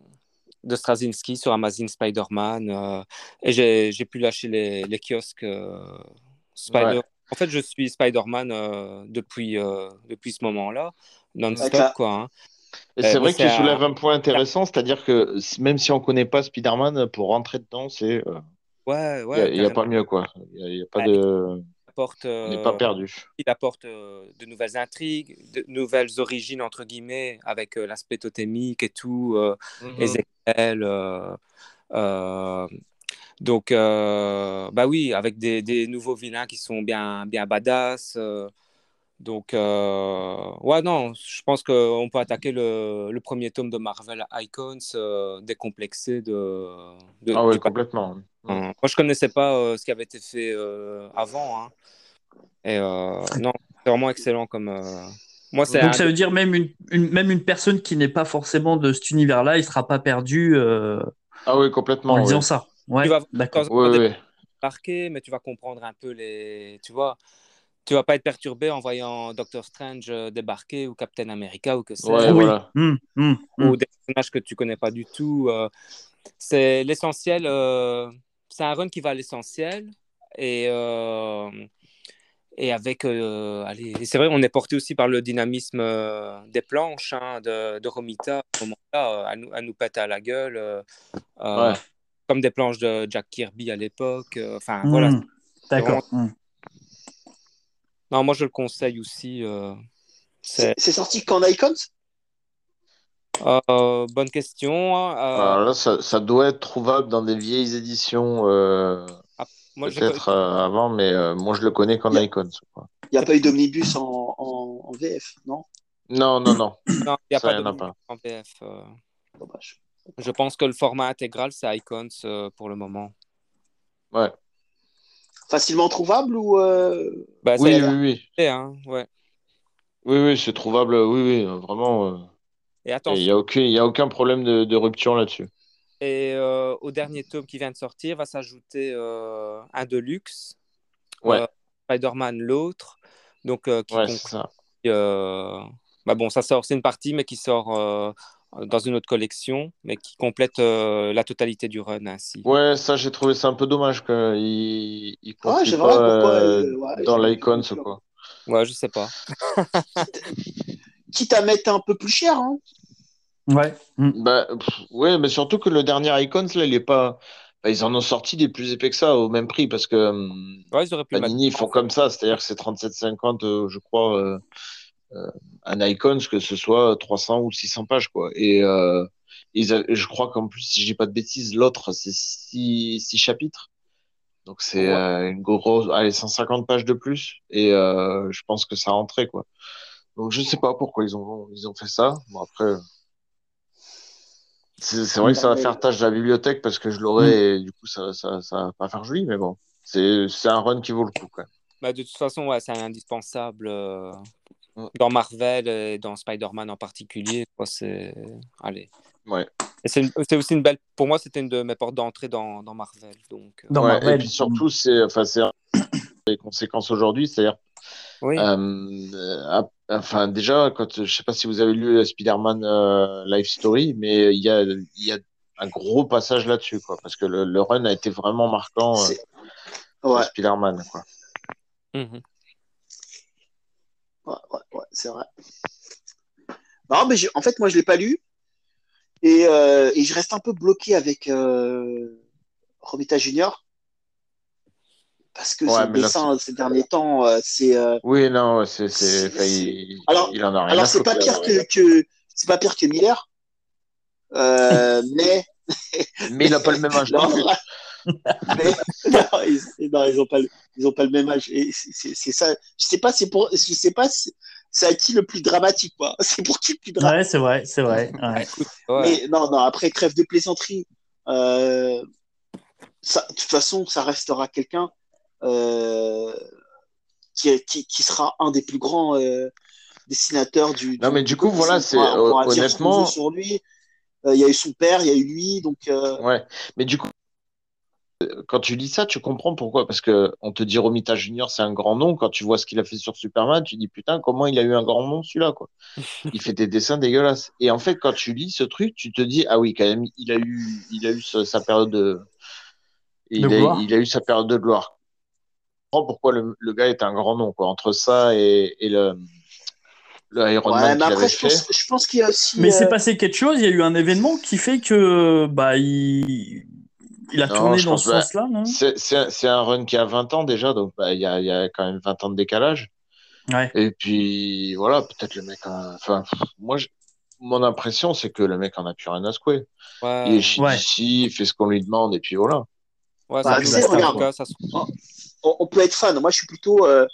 de Straczynski sur Amazon Spider-Man. Euh, et j'ai, j'ai pu lâcher les, les kiosques euh, Ouais. Spider. En fait, je suis Spider-Man euh, depuis, euh, depuis ce moment-là, Avec non-stop, la, quoi. Hein. Et Euh, c'est mais vrai que c'est tu un. soulèves un point intéressant, c'est-à-dire que si- même si on connaît pas Spider-Man, pour rentrer dedans, c'est, euh, Ouais, il y a, ouais, y a carrément. pas mieux, quoi. Il y a, y a pas Ah, il de, apporte, on n'est pas euh, perdu. il apporte euh, de nouvelles intrigues, de nouvelles origines, entre guillemets, avec euh, l'aspect totémique et tout, euh, Mhm. Ézéchiel. euh, euh, donc, euh, bah oui, avec des, des nouveaux vilains qui sont bien, bien badass. euh, Donc, euh, ouais, non, je pense qu'on peut attaquer le, le premier tome de Marvel Icons euh, décomplexé de, de, Ah ouais, du complètement. Mm. Moi, je connaissais pas euh, ce qui avait été fait euh, avant. Hein. Et euh, non, c'est vraiment excellent comme. euh, Moi, c'est Donc un ça des- veut dire même une, une- même une personne qui n'est pas forcément de cet univers-là, il sera pas perdu euh, Ah oui, en complètement, lisant oui. ça. Tu Ouais, vas de temps en d'accord. temps Oui, oui. débarquer, mais tu vas comprendre un peu les. Tu vois, tu vas pas être perturbé en voyant Doctor Strange euh, débarquer ou Captain America ou que Ouais, sais-je, Oui. voilà. Hum, hum, hum. ou des personnages que tu connais pas du tout. euh, C'est l'essentiel. euh, C'est un run qui va à l'essentiel. Et, euh, et avec. euh, allez, et c'est vrai, on est porté aussi par le dynamisme euh, des planches hein, de, de Romita à ce moment-là, euh, à, nous, à nous péter à la gueule, euh, euh, Ouais. comme des planches de Jack Kirby à l'époque. euh, Enfin, voilà. Hum. C'est vraiment... D'accord. Hum. Non, moi, je le conseille aussi. euh, C'est c'est c'est sorti qu'en Icons? euh, bonne question. Hein, euh, Alors là, ça, ça doit être trouvable dans des vieilles éditions, euh, ah, moi, je... peut-être euh, avant, mais euh, moi je le connais qu'en Il Icons, quoi. n'y a c'est pas eu d'omnibus en, en, en V F, non? Non, non, non, Non, il n'y a ça, pas il n'y de en a pas. en P F. euh. Dommage. Je pense que le format intégral, c'est Icons euh, pour le moment. Ouais. Facilement trouvable ou euh, Bah, ça y Oui, a oui, oui. été, hein, ouais. Oui, oui, c'est trouvable, oui, oui, euh, vraiment. euh, Et Il attention, n'y a aucun, il y a aucun problème de, de rupture là-dessus. et, euh, au dernier tome qui vient de sortir, va s'ajouter euh, un Deluxe, Ouais, euh, Spider-Man l'autre, donc euh, qui ouais, c'est conclut. ça. euh, Bah bon, ça sort, c'est une partie, mais qui sort euh, dans une autre collection, mais qui complète euh, la totalité du run ainsi. Ouais, ça, j'ai trouvé ça un peu dommage qu'il il ah, conclut j'aimerais pas pourquoi euh, euh, ouais, dans j'aimerais qu'il l'Icons, conclue. quoi. Ouais, je sais pas. Quitte, quitte à mettre un peu plus cher, hein. Ouais. Hum. Bah, pff, ouais, mais surtout que le dernier Icons, là, il est pas. Bah, ils en ont sorti des plus épais que ça au même prix parce que hum, Ouais, ils auraient pu le mettre Panini, ils en font fait. comme ça, c'est-à-dire que c'est trente-sept cinquante, euh, je crois, euh, euh, un Icons, que ce soit trois cents ou six cents pages, quoi. Et euh, ils a- je crois qu'en plus, si je dis pas de bêtises, l'autre, c'est six, six chapitres. Donc c'est Ouais. euh, une grosse, allez, cent cinquante pages de plus. Et euh, je pense que ça rentrait, quoi. Donc je sais pas pourquoi ils ont, ils ont fait ça. Bon, après, c'est c'est vrai que ça va faire tâche de la bibliothèque parce que je Hum. l'aurai et du coup, ça, ça, ça va pas faire joli, mais bon. C'est, c'est un run qui vaut le coup, quoi. Bah, de toute façon, ouais, c'est indispensable euh, Mm. dans Marvel et dans Spider-Man en particulier. Quoi, c'est... Allez. Ouais. Et c'est, une- c'est aussi une belle. Pour moi, c'était une de mes portes d'entrée dans, dans Marvel. Donc, euh, Dans Ouais. Et puis Marvel. Hum. surtout, c'est, enfin, c'est les conséquences aujourd'hui, c'est-à-dire, oui. euh, euh, enfin, déjà, quand, je sais pas si vous avez lu Spider-Man euh, Life Story, mais il y a, il y a un gros passage là-dessus, quoi, parce que le, le run a été vraiment marquant euh, C'est de ouais, Spider-Man, quoi. Mhm. ouais, ouais, ouais, c'est vrai. Non, mais j'ai- en fait, moi, je l'ai pas lu et, euh, et je reste un peu bloqué avec euh, Romita Junior parce que Ouais, son mais là, c'est... dessin ces derniers temps, euh, c'est, euh, Oui, non, ouais, c'est, c'est, c'est, enfin, c'est- il, alors, il en a rien alors à c'est foutre. pas pire que, que c'est pas pire que Miller, euh, mais Mais mais il a pas le même âge non non, plus. mais non, ils, non, ils ont pas le, ils ont pas le même âge et c'est c'est- c'est ça. Je sais pas, c'est pour, je sais pas, c'est c'est à qui le plus dramatique quoi. C'est pour qui le plus Ouais, dramatique. c'est vrai, c'est vrai. Bah, Ouais. écoute, ouais. Mais non, non, après trêve de plaisanterie, euh, ça, de toute façon, ça restera quelqu'un euh, qui, qui, qui sera un des plus grands euh, dessinateurs du, Non, mais du, du du coup, comics. voilà, On c'est pourra, on hon- pourra dire ce qu'on veut honnêtement, sur lui. Euh, Il y a eu son père, il y a eu lui, donc euh, ouais. Mais du coup, quand tu lis ça, tu comprends pourquoi. Parce que on te dit Romita Junior, c'est un grand nom. Quand tu vois ce qu'il a fait sur Superman, tu dis putain, comment il a eu un grand nom celui-là, quoi. Il fait des dessins dégueulasses. Et en fait, quand tu lis ce truc, tu te dis ah oui, quand même, il a eu, il a eu sa, sa période de, De il a, gloire. il a eu sa période de gloire. Je comprends pourquoi le, le gars est un grand nom, quoi. Entre ça et, et le, le Iron ouais. Man Mais qu'il après, avait je fait. pense, je pense qu'il y a aussi. Mais c'est Euh, passé quelque chose, il y a eu un événement qui fait que bah il, il a Non, tourné je dans pense ce pas. sens-là, non? C'est c'est un c'est un run qui a vingt ans déjà, donc bah, il y a, il y a quand même vingt ans de décalage. Ouais. Et puis voilà, peut-être le mec. a- Enfin, pff, moi, je- mon impression, c'est que le mec en a plus rien à secouer. Il est Ouais, chez Ouais. D C, il fait ce qu'on lui demande, et puis voilà. ouais, Et ça bah, puis tu peut sais, être basta, le regarde, quoi. cas. Ça se... on, on peut être fan. Moi, je suis plutôt, euh,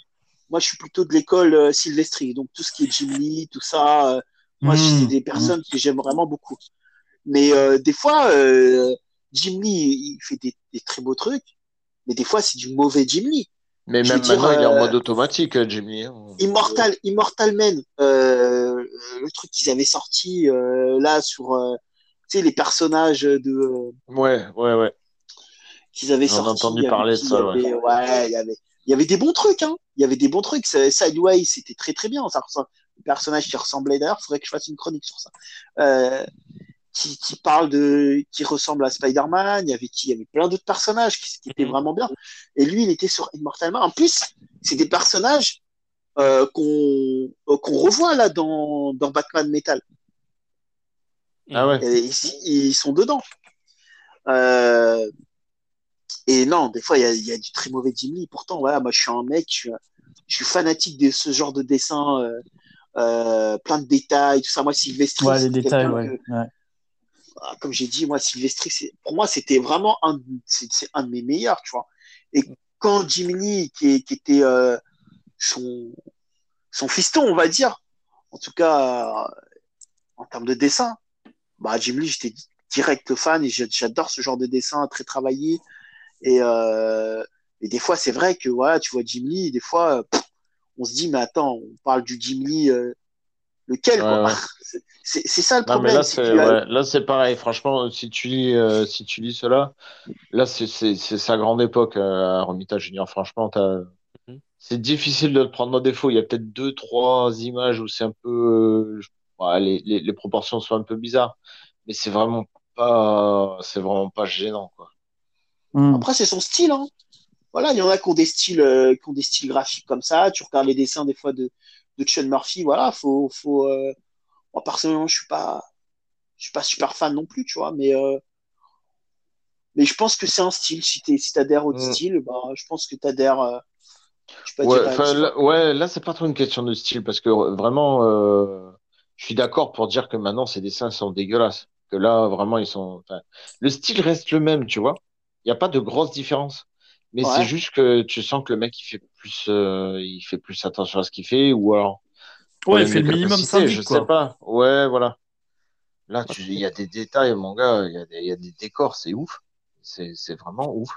moi, je suis plutôt de l'école euh, Silvestri. Donc, tout ce qui est Jim Lee, tout ça, euh, moi, c'est Mmh. des personnes que j'aime vraiment beaucoup. Mais euh, des fois, euh, Jim Lee, il fait des, des très beaux trucs, mais des fois, c'est du mauvais Jim Lee. Mais Je vais même dire, maintenant, il est en euh, mode automatique, euh, Jimmy. Hein. Immortal, Immortal Man, euh, le truc qu'ils avaient sorti euh, là sur, euh, tu sais, les personnages de, euh, Ouais, ouais, ouais. qu'ils avaient J'en ai sorti entendu avec parler de qui il y ça, ouais. avait, ouais, il y avait, il y avait des bons trucs, hein. Il y avait des bons trucs. C'est- Sideway, c'était très très bien. Ça ressemble, le personnage qui ressemblait d'ailleurs, il faudrait que je fasse une chronique sur ça. Euh, qui, qui parle de, qui ressemble à Spider-Man. Il y avait qui, il y avait plein d'autres personnages qui, qui étaient Mhm. vraiment bien. Et lui, il était sur Immortal Man. En plus, c'est des personnages euh, qu'on euh, qu'on revoit là dans, dans Batman Metal. Ah Mhm. ouais. Et, ils, ils sont dedans. Euh, et non, des fois, il y a, il y a du très mauvais Jim Lee. Pourtant, voilà, moi, je suis un mec, je suis, je suis fanatique de ce genre de dessin, euh, euh, plein de détails, tout ça. Moi, Sylvestri, Ouais, les c'était détails, quelqu'un ouais. que, Ouais. ah, comme j'ai dit, moi, Sylvestri, c'est, pour moi, c'était vraiment un, c'est, c'est un de mes meilleurs, tu vois. Et quand Jim Lee, qui, qui était euh, son, son fiston, on va dire, en tout cas, euh, en termes de dessin, bah, Jim Lee, j'étais direct fan et j'adore ce genre de dessin très travaillé. Et, euh, et des fois, c'est vrai que voilà, tu vois Jim Lee, des fois, pff, on se dit, mais attends, on parle du Jim Lee, euh, lequel, Ouais, quoi? ouais. C'est c'est- c'est ça le Non, mais problème, là, c'est c'est que euh, ouais, là, c'est pareil. Franchement, si tu lis, euh, si tu lis cela, là, c'est c'est c'est sa grande époque euh, à Romita Junior. Franchement, t'as... Mhm. c'est difficile de le prendre en défaut. Il y a peut-être deux, trois images où c'est un peu, euh, je- ouais, les, les les proportions sont un peu bizarres, mais c'est vraiment pas, c'est vraiment pas gênant, quoi. Mmh. après, c'est son style, hein. Voilà, il y en a qui ont des styles, euh, qui ont des styles graphiques comme ça. Tu regardes les dessins des fois de, de Sean Murphy, voilà, faut, faut, euh, moi, personnellement, je suis pas, je suis pas super fan non plus, tu vois, mais, euh, mais je pense que c'est un style. Si t'es, si t'adhères au Mm. style, bah, je pense que t'adhères, euh, je peux pas Ouais, dire, euh, je enfin, sais pas. là, ouais, là, c'est pas trop une question de style parce que euh, vraiment, euh, je suis d'accord pour dire que maintenant, ces dessins sont dégueulasses. Que là, vraiment, ils sont, enfin, le style reste le même, tu vois. Il n'y a pas de grosse différence. Mais c'est Ouais. juste que tu sens que le mec, il fait plus, euh, il fait plus attention à ce qu'il fait ou alors, Ouais, il problème fait de le minimum capacité, je syndic, sais quoi. pas. Ouais, voilà. Là, tu, il Ok. y a des détails, mon gars, il y a des, il y a des décors, c'est ouf. C'est, c'est vraiment ouf.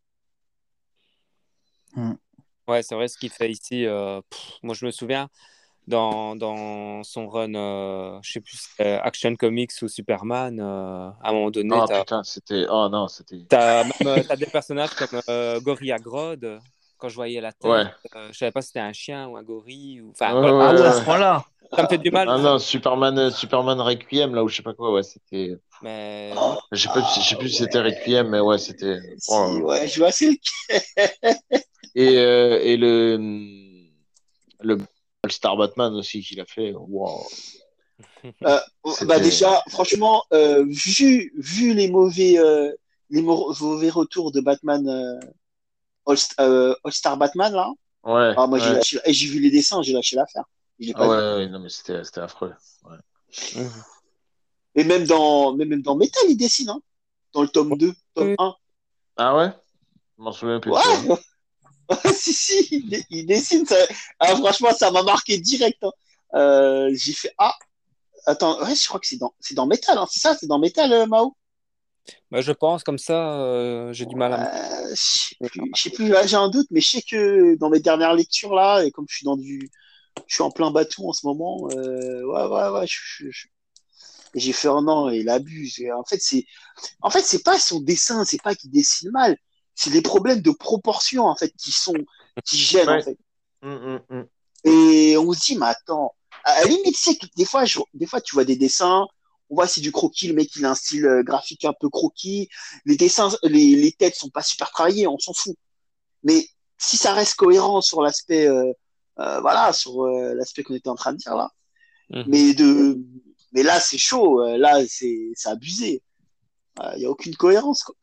Mmh. Ouais, c'est vrai ce qu'il fait ici. euh, pff, moi, je me souviens dans, dans son run, euh, je sais plus, si c'était Action Comics ou Superman. euh, à un moment donné, Ah, t'as, putain, c'était, oh non, c'était, t'as même euh, t'as des personnages comme euh, Gorilla Grodd. Quand je voyais la tête, ouais. euh, je savais pas si c'était un chien ou un gorille. Ou... Ouais, Enfin, voilà, Ah ouais, à ouais, ce ouais. point-là. ça me fait du mal. Ah Ça me- non, Superman, euh, Superman Requiem, là, ou je sais pas quoi, ouais, c'était. Mais moi, Oh, Je sais pas, je sais ah, plus si c'était ouais. Requiem, mais ouais, c'était. Oh là Si, là. ouais, je vois, c'est Et, euh, et le, le All-Star Batman aussi qu'il a fait, wow, Euh, bah c'était. déjà, franchement, euh, vu, vu les mauvais, euh, les mo- mauvais retours de Batman, euh, All, euh, All-Star Batman, là, Ouais, ah, moi j'ai ouais. lâché, et j'ai vu les dessins, j'ai lâché l'affaire. Je l'ai Ah pas ouais, vu. ouais, non, mais c'était c'était affreux. Ouais. Mhm. Et même dans, mais même dans Metal, il dessine, hein, dans le tome deux, tome Oui. un. Ah ouais? Je m'en souviens plus de Ouais, ça. si, si, il, dé- il dessine. Ça. Ah, franchement, ça m'a marqué direct, hein. Euh, j'ai fait, ah, attends, ouais, je crois que c'est dans, c'est dans Metal, hein, c'est ça, c'est dans Metal, euh, Mao? Bah, je pense comme ça, euh, j'ai du mal à me. Euh, je sais plus, je sais plus, là, j'ai un doute, mais je sais que dans mes dernières lectures là, et comme je suis dans du, je suis en plein bateau en ce moment, euh, ouais, ouais, ouais, je, je- je- et j'ai fait un an et il abuse. Et en fait, c'est, en fait, c'est pas son dessin, c'est pas qu'il dessine mal, c'est les problèmes de proportion en fait qui sont, qui gênent en Ouais. fait. Hum, hum, hum. Et on se dit, mais attends, à la limite, c'est que des fois, je- des fois, tu vois des dessins, on voit c'est du croquis, le mec il a un style euh, graphique un peu croquis, les dessins, les, les têtes sont pas super travaillées, on s'en fout. Mais si ça reste cohérent sur l'aspect, euh, euh, voilà, sur euh, l'aspect qu'on était en train de dire là, Mhm. mais de, mais là c'est chaud, euh, là c'est, c'est abusé. Il n'y a aucune cohérence, quoi.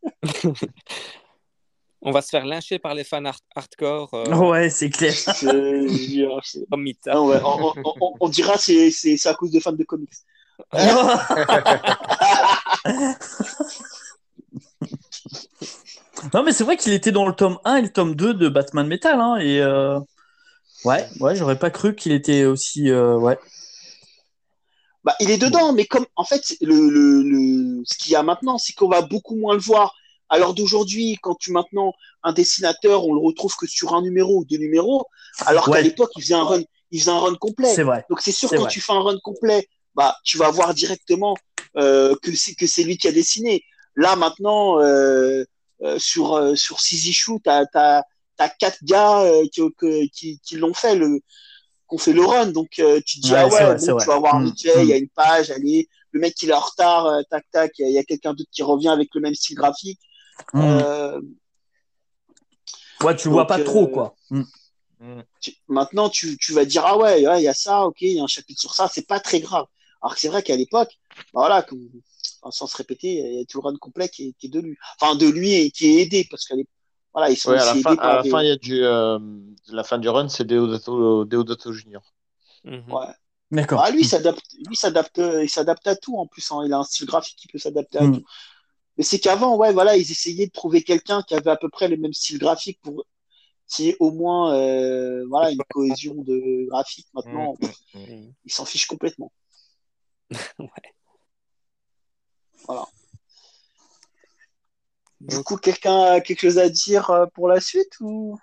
On va se faire lyncher par les fans hard- hardcore euh, Ouais, c'est clair. Je jure, c'est- comme Mita. Ah ouais, on, on, on, on dira c'est c'est c'est à cause de fans de comics. Non, mais c'est vrai qu'il était dans le tome un et le tome deux de Batman Metal, hein, et, euh, Ouais, ouais, j'aurais pas cru qu'il était aussi. euh, ouais. Bah, il est dedans, mais comme en fait, le, le, le... ce qu'il y a maintenant, c'est qu'on va beaucoup moins le voir. Alors d'aujourd'hui, quand tu maintenant un dessinateur, on le retrouve que sur un numéro ou deux numéros, alors qu'à Ouais, l'époque, il faisait un run, il faisait un run complet. c'est vrai. Donc c'est sûr C'est quand vrai. tu fais un run complet, bah tu vas voir directement euh, que c'est que c'est lui qui a dessiné. Là maintenant, euh, euh, sur euh, sur six issues, t'as t'as t'as quatre gars euh, qui, qui qui qui l'ont fait le qu'on fait le run. Donc, euh, tu te dis, ah Ouais, c'est ouais, vrai, c'est bon, tu vrai. vas voir Mm, vite fait, il y mm. a une page, allez, le mec, il est en retard, euh, tac, tac, il y a, y a quelqu'un d'autre qui revient avec le même style graphique. Mm. Euh, Ouais, tu le vois donc, pas trop, euh, quoi. Mm. Mm. tu- maintenant, tu, tu vas dire, ah ouais, ouais, il y a ça, ok, il y a un chapitre sur ça, c'est pas très grave. Alors que c'est vrai qu'à l'époque, bah voilà, comme, enfin, sans se répéter, il y a tout le run complet qui est, qui est de lui. Enfin, de lui et qui est aidé, parce que voilà, ils sont Ouais, à la aussi fin, aidés à par la fin, des. il y a du, euh, la fin du run, c'est Deodato, Deodato Junior. Mhm. Ouais. D'accord. Bah, lui, il Mm. s'adapte, lui, il s'adapte, il s'adapte à tout en plus, hein. Il a un style graphique qui peut s'adapter à tout. Mm. Mais c'est qu'avant, ouais, voilà, ils essayaient de trouver quelqu'un qui avait à peu près le même style graphique pour qu'il y ait au moins euh, voilà, une cohésion de graphique. Mm, Maintenant, mm, mm. Mhm. ils s'en fichent complètement. Ouais. Voilà. Du Ok. coup, quelqu'un a quelque chose à dire euh, pour la suite ou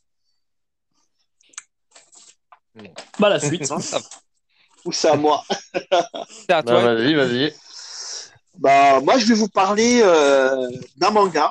Non. Bah, la suite. Non, ça va. ou c'est à moi? C'est à Bah, toi. vas-y, vas-y. Bah, moi, je vais vous parler euh, d'un manga.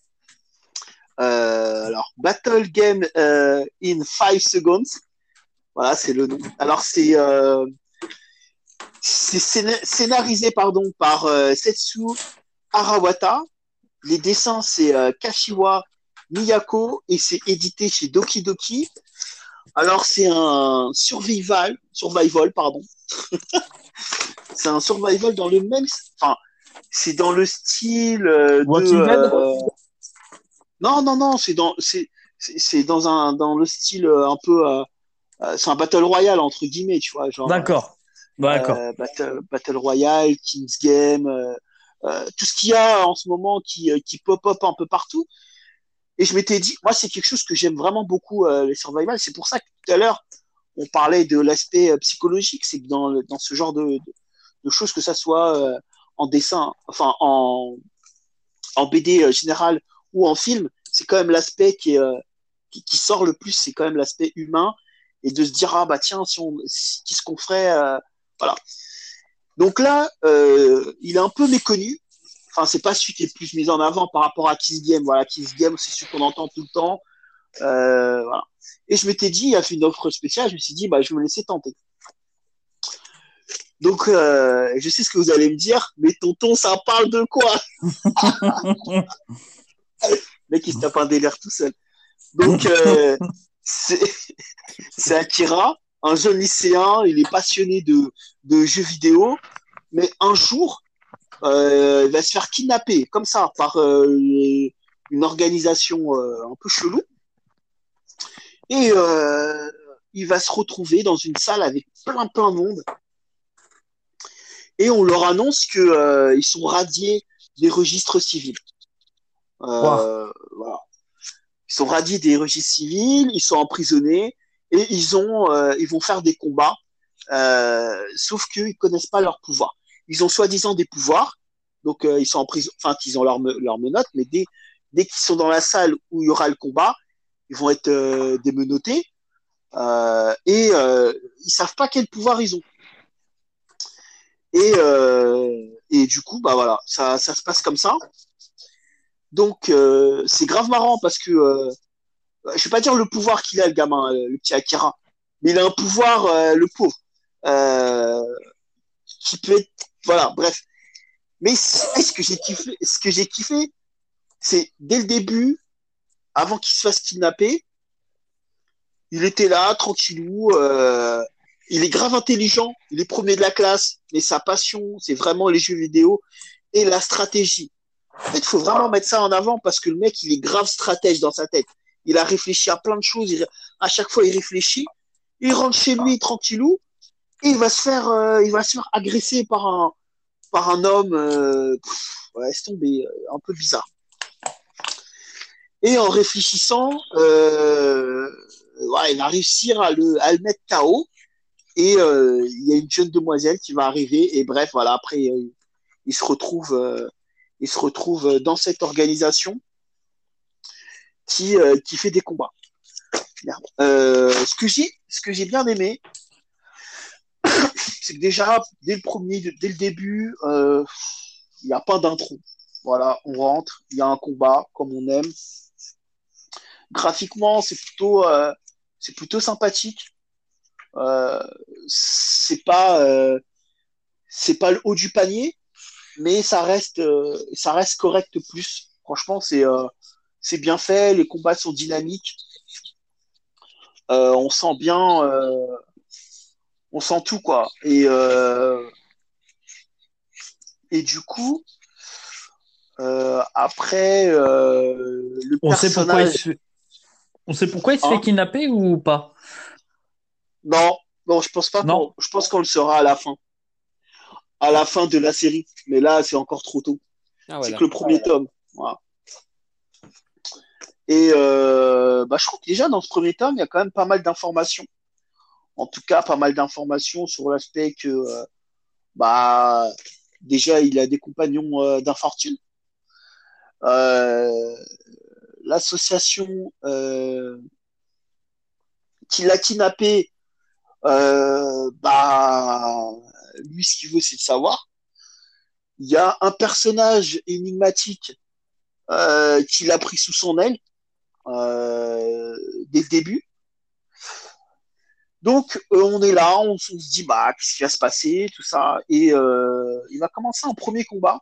Euh, alors, Battle Game euh, in five Seconds. Voilà, c'est le nom. Alors, c'est euh, c'est scéna- scénarisé pardon, par euh, Setsu Arawata. Les dessins, c'est euh, Kashiwa Miyako et c'est édité chez Doki Doki. Alors, c'est un survival, survival, pardon. C'est un survival dans le même. Enfin, c'est dans le style euh, de. Walking Dead? euh, Non, non, non, c'est dans. C'est, c'est c'est dans un dans le style euh, un peu euh, euh, c'est un battle royale entre guillemets, tu vois, genre D'accord. D'accord. euh, battle, battle royale, Kings Game, euh, euh, tout ce qu'il y a en ce moment qui, euh, qui pop up un peu partout. Et je m'étais dit, moi, c'est quelque chose que j'aime vraiment beaucoup, euh, les survival. C'est pour ça que tout à l'heure, on parlait de l'aspect euh, psychologique. C'est que dans, le- dans ce genre de, de, de choses, que ça soit euh, en dessin, enfin en, en B D euh, général ou en film, c'est quand même l'aspect qui, est, euh, qui, qui sort le plus, c'est quand même l'aspect humain et de se dire, ah bah tiens, si on, si, qu'est-ce qu'on ferait euh, voilà. Donc là, euh, il est un peu méconnu. Enfin, c'est pas celui qui est le plus mis en avant par rapport à Kiss Game. Voilà, Kiss Game, c'est celui qu'on entend tout le temps. Euh, voilà. Et je m'étais dit, il a fait une offre spéciale. Je me suis dit, bah, je vais me laisser tenter. Donc, euh, je sais ce que vous allez me dire, mais tonton, ça parle de quoi? Le mec, il se tape un délire tout seul. Donc, euh, c'est c'est Akira, un jeune lycéen. Il est passionné de, de jeux vidéo. Mais un jour, euh, il va se faire kidnapper, comme ça, par euh, une organisation euh, un peu chelou. Et euh, il va se retrouver dans une salle avec plein, plein de monde. Et on leur annonce qu'ils euh, sont radiés des registres civils. Ouah. Euh, voilà. Ils sont radiés des registres civils, ils sont emprisonnés et ils, ont, euh, ils vont faire des combats, euh, sauf qu'ils ne connaissent pas leur pouvoir. Ils ont soi-disant des pouvoirs, donc euh, ils sont en prison, enfin, ils ont leur, leur menottes, mais dès, dès qu'ils sont dans la salle où il y aura le combat, ils vont être euh, démenottés euh, et euh, ils savent pas quel pouvoir ils ont. Et, euh, et du coup, bah voilà, ça, ça se passe comme ça. Donc euh, c'est grave marrant parce que euh, je vais pas dire le pouvoir qu'il a le gamin, euh, le petit Akira, mais il a un pouvoir euh, le pauvre euh, qui peut être voilà, bref. Mais ce que j'ai kiffé, ce que j'ai kiffé, c'est dès le début, avant qu'il se fasse kidnapper, il était là, tranquillou. Euh, il est grave intelligent. Il est premier de la classe. Mais sa passion, c'est vraiment les jeux vidéo et la stratégie. En fait, il faut vraiment mettre ça en avant parce que le mec, il est grave stratège dans sa tête. Il a réfléchi à plein de choses. Il, à chaque fois, il réfléchit. Il rentre chez lui tranquillou et il va se faire, euh, il va se faire agresser par un, par un homme. Euh, pff, ouais, laisse tomber, euh, un peu bizarre. Et en réfléchissant, euh, ouais, il va réussir à le, à le mettre K O. Et euh, il y a une jeune demoiselle qui va arriver. Et bref, voilà, après, euh, il se retrouve, euh, il se retrouve dans cette organisation qui, euh, qui fait des combats. Euh, ce que j'ai, ce que j'ai bien aimé, c'est que déjà, dès le premier, dès le début, euh, il n'y a pas d'intro. Voilà, on rentre, il y a un combat, comme on aime. Graphiquement, c'est plutôt, euh, c'est plutôt sympathique. Euh, c'est pas, euh, c'est pas le haut du panier, mais ça reste, euh, ça reste correct plus. Franchement, c'est, euh, c'est bien fait. Les combats sont dynamiques. Euh, on sent bien, euh, on sent tout quoi. Et euh, et du coup, euh, après euh, le On sait pourquoi il personnage, se fait, on sait pourquoi il se fait hein, kidnapper ou pas? non, non, je pense pas qu'on, Non? je pense qu'on le saura à la fin, à la fin de la série. Mais là, c'est encore trop tôt. Ah ouais, C'est que le d'accord. premier tome. Voilà. Et euh, bah, je crois que déjà dans ce premier tome, il y a quand même pas mal d'informations. En tout cas, pas mal d'informations sur l'aspect que, euh, bah, déjà, il a des compagnons euh, d'infortune. Euh, L'association euh, qui l'a kidnappé, euh, bah, lui, ce qu'il veut, c'est de savoir. Il y a un personnage énigmatique euh, qui l'a pris sous son aile euh, dès le début. Donc, euh, on est là, on, on se dit, bah, qu'est-ce qui va se passer, tout ça. Et euh, il va commencer un premier combat.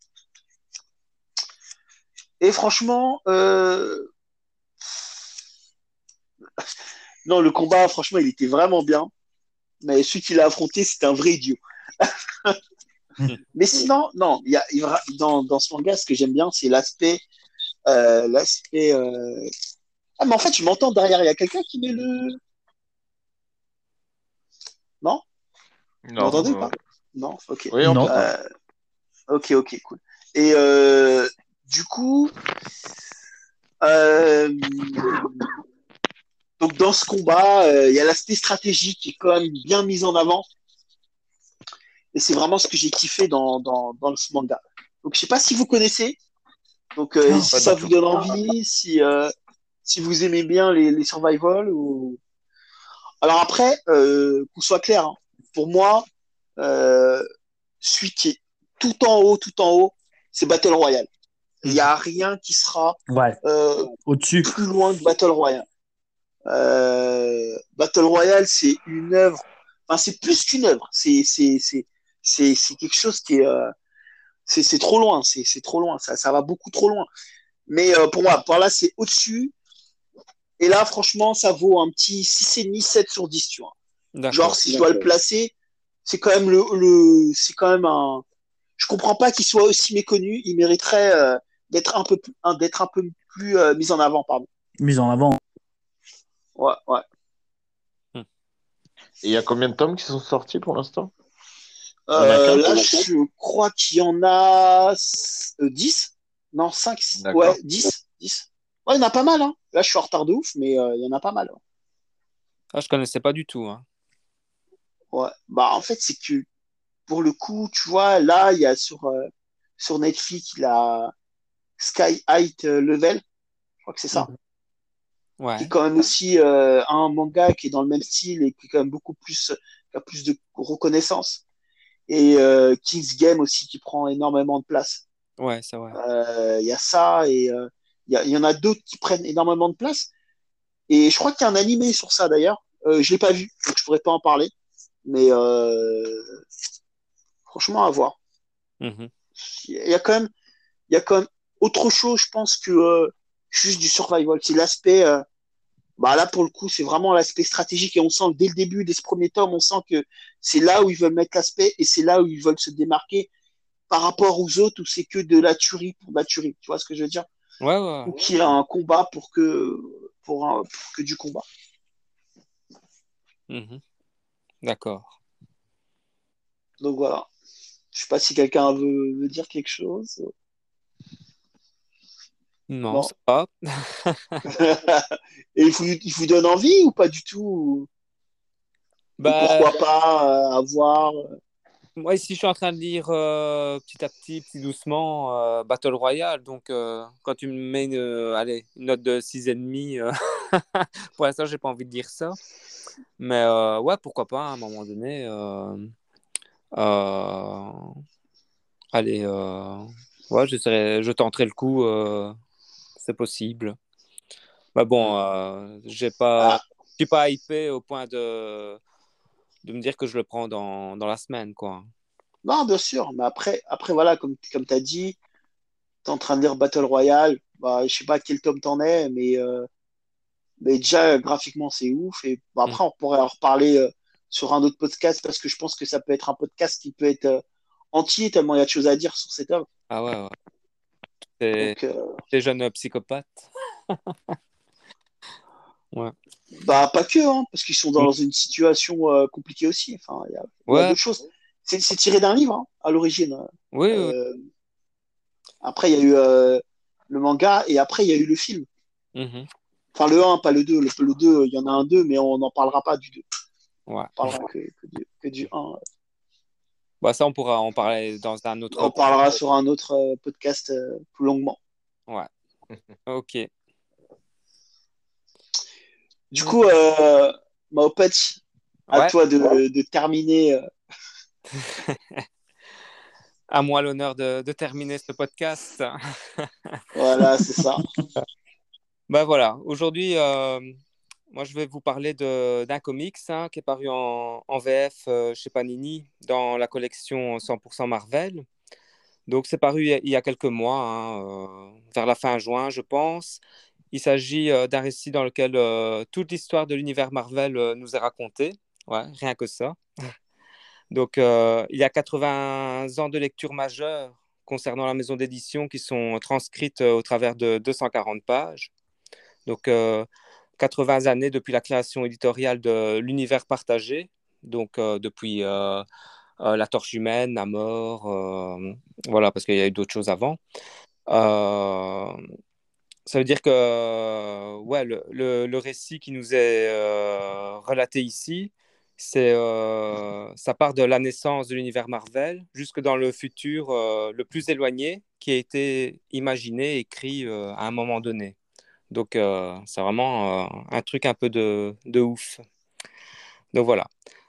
Et franchement, euh, non, le combat, franchement, il était vraiment bien. Mais celui qu'il a affronté, c'était un vrai idiot. Mais sinon, non, il y a, il y aura- dans, dans ce manga, ce que j'aime bien, c'est l'aspect. Euh, l'aspect euh, Ah, mais en fait, je m'entends derrière. Il y a quelqu'un qui met le. Non? Vous Non, m'entendez ou non. pas? Non? Ok. Oui, on Non. t'entend. Euh, ok, ok, cool. Et euh, du coup, euh, donc dans ce combat, euh, il y a l'aspect stratégique qui est quand même bien mis en avant. Et c'est vraiment ce que j'ai kiffé dans, dans, dans ce manga. Donc, je sais pas si vous connaissez. Donc, euh, si Pas ça du vous tout. donne envie, si, euh, si vous aimez bien les, les survival ou. Alors après, euh, qu'on soit clair, hein, pour moi, euh, celui qui est tout en haut, tout en haut, c'est Battle Royale. Il n'y Mhm. a rien qui sera Ouais. euh, Au-dessus. plus loin que Battle Royale. Euh, Battle Royale, c'est une œuvre. Enfin, c'est plus qu'une œuvre. C'est c'est c'est c'est c'est quelque chose qui est euh, c'est c'est trop loin. C'est c'est trop loin. Ça ça va beaucoup trop loin. Mais euh, pour moi, par là, c'est au-dessus. Et là, franchement, ça vaut un petit six virgule cinq, sept sur dix, tu vois. Genre, D'accord. si je dois le placer, c'est quand même le, le c'est quand même un. Je comprends pas qu'il soit aussi méconnu. Il mériterait euh, d'être un peu plus, un- d'être un peu plus euh, mis en avant, pardon. Mise en avant. Ouais, ouais. Hmm. Et il y a combien de tomes qui sont sortis pour l'instant? Il y en a Euh, qu'un? là, je crois qu'il y en a euh, dix. Non, cinq. Ouais, D'accord. dix. dix. Ouais, il y en a pas mal, hein. Là, je suis en retard de ouf, mais euh, il y en a pas mal. Ah, je connaissais pas du tout, hein. Ouais. Bah, en fait, c'est que pour le coup, tu vois, là, il y a sur, euh, sur Netflix, il a Sky High Level, je crois que c'est ça, Mhm. qui est Ouais. quand même aussi euh, un manga qui est dans le même style et qui est quand même beaucoup plus, qui a plus de reconnaissance. Et euh, King's Game aussi qui prend énormément de place. Ouais, c'est vrai. Euh, Il y a ça et euh, il y, a- il y en a d'autres qui prennent énormément de place. Et je crois qu'il y a un animé sur ça d'ailleurs. Euh, je l'ai pas vu, donc je pourrais pas en parler. Mais euh, franchement, à voir. Mhm. Il y a quand même, il y a quand même autre chose, je pense, que euh, juste du survival. C'est l'aspect, euh, bah là pour le coup, c'est vraiment l'aspect stratégique et on sent que dès le début, dès ce premier tome, on sent que c'est là où ils veulent mettre l'aspect et c'est là où ils veulent se démarquer par rapport aux autres où c'est que de la tuerie pour de la tuerie. Tu vois ce que je veux dire? Ouais, ouais, Ou qu'il y a un combat pour que, pour, un- pour que du combat. ouais. Mhm. D'accord. Donc voilà. Je sais pas si quelqu'un veut, veut dire quelque chose. Non, Non. ça va. Et il vous, il vous donne envie ou pas du tout? Ou, ou Bah, pourquoi pas euh, avoir. moi, ici, je suis en train de lire euh, petit à petit, petit doucement, euh, Battle Royale. Donc, euh, quand tu me mets une, euh, allez, une note de six virgule cinq, euh, pour l'instant, j'ai pas envie de dire ça. Mais euh, ouais, pourquoi pas, à un moment donné. euh, euh, allez, euh, ouais, j'essaierai- je tenterai le coup, euh, c'est possible. Mais bon, euh, j'ai pas, Ah, je suis pas hypé au point de, de me dire que je le prends dans, dans la semaine, quoi. non, bien sûr. Mais après, après voilà, comme, comme tu as dit, tu es en train de lire Battle Royale. Bah, je sais pas à quel tome t'en es, mais, euh, mais déjà, graphiquement, c'est ouf. Et bah, Mm. après, on pourrait en reparler euh, sur un autre podcast parce que je pense que ça peut être un podcast qui peut être euh, entier tellement il y a de choses à dire sur cette œuvre. Ah ouais, ouais. C'est Donc, euh, des jeunes psychopathes. Ouais. bah, pas que, hein, parce qu'ils sont Mm. dans une situation euh, compliquée aussi. Enfin, il y a, il y a Ouais, d'autres choses. C'est c'est tiré d'un livre, hein, à l'origine. oui, oui. Euh, Après, il y a eu euh, le manga et après, il y a eu le film. Mhm. Enfin, le un, pas le deux. Le, le deux, il y en a un deux, mais on n'en parlera pas du deux. Ouais. On parlera que, que du, que du un. Bah, ça, on pourra en parler dans un autre. On parlera sur un autre euh, podcast euh, plus longuement. Ouais. Ok. Du Mm. coup, euh, Maopet, à Ouais. toi de, de terminer. euh, À moi l'honneur de, de terminer ce podcast. Voilà, c'est ça. Bah voilà. Aujourd'hui, euh, moi, je vais vous parler de, d'un comics hein, qui est paru en, en V F euh, chez Panini dans la collection cent pour cent Marvel. Donc, c'est paru il y a, il y a quelques mois, hein, euh, vers la fin juin, je pense. Il s'agit euh, d'un récit dans lequel euh, toute l'histoire de l'univers Marvel euh, nous est racontée. Ouais, rien que ça. Donc, euh, il y a quatre-vingts ans de lecture majeure concernant la maison d'édition qui sont transcrites euh, au travers de deux cent quarante pages. Donc, euh, quatre-vingts années depuis la création éditoriale de l'univers partagé. Donc, euh, depuis euh, euh, La Torche Humaine, Namor, euh, voilà, parce qu'il y a eu d'autres choses avant. Euh, Ça veut dire que euh, ouais, le, le, le récit qui nous est euh, relaté ici, c'est, euh, ça part de la naissance de l'univers Marvel jusque dans le futur euh, le plus éloigné qui a été imaginé, écrit euh, à un moment donné. Donc, euh, c'est vraiment euh, un truc un peu de, de ouf. Donc, voilà.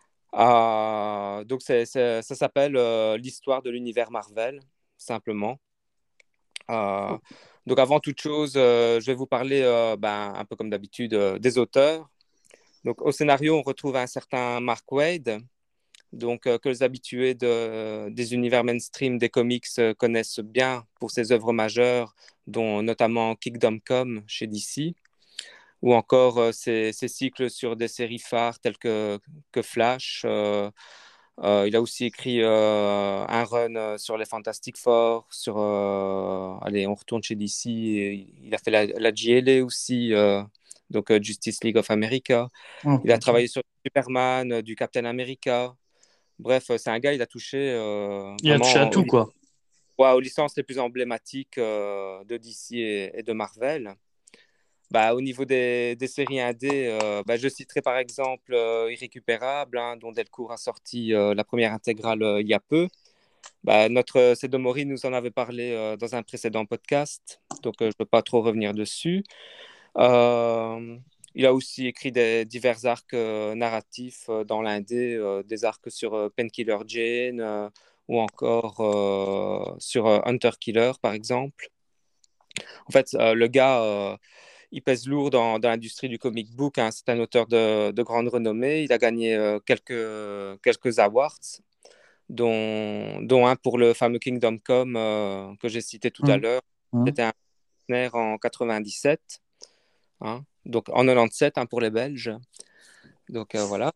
Euh, donc, c'est, c'est- ça s'appelle euh, l'histoire de l'univers Marvel, simplement. Euh, donc, avant toute chose, euh, je vais vous parler, euh, ben, un peu comme d'habitude, euh, des auteurs. Donc, au scénario, on retrouve un certain Mark Waid, donc, euh, que les habitués de, des univers mainstream des comics euh, connaissent bien pour ses œuvres majeures, dont notamment Kingdom Come chez D C, ou encore euh, ses, ses cycles sur des séries phares telles que, que Flash. Euh, euh, il a aussi écrit euh, un run euh, sur les Fantastic Four, sur, euh, allez, on retourne chez D C, et il a fait la, la G L A aussi, euh, donc euh, Justice League of America. Hum. Il a travaillé sur Superman, euh, du Captain America. Bref, euh, c'est un gars, il a touché euh, Il a touché à vraiment aux, tout, quoi. ouais, aux licences les plus emblématiques euh, de D C et, et de Marvel. Bah, au niveau des, des séries indé, euh, bah, je citerai par exemple euh, Irrécupérable, hein, dont Delcourt a sorti euh, la première intégrale euh, il y a peu. Bah, notre euh, Sedomori nous en avait parlé euh, dans un précédent podcast, donc euh, je ne peux pas trop revenir dessus. Euh, il a aussi écrit des, divers arcs euh, narratifs euh, dans l'indé, euh, des arcs sur euh, Painkiller Jane euh, ou encore euh, sur euh, Hunter Killer, par exemple. En fait, euh, le gars, euh, il pèse lourd dans, dans l'industrie du comic book, hein. C'est un auteur de, de grande renommée. Il a gagné euh, quelques, quelques awards, dont, dont un pour le fameux Kingdom Come euh, que j'ai cité tout à Hum, l'heure. hum. C'était un partenaire en quatre-vingt-dix-sept, hein. Donc en quatre-vingt-dix-sept hein, pour les Belges. Donc euh, voilà.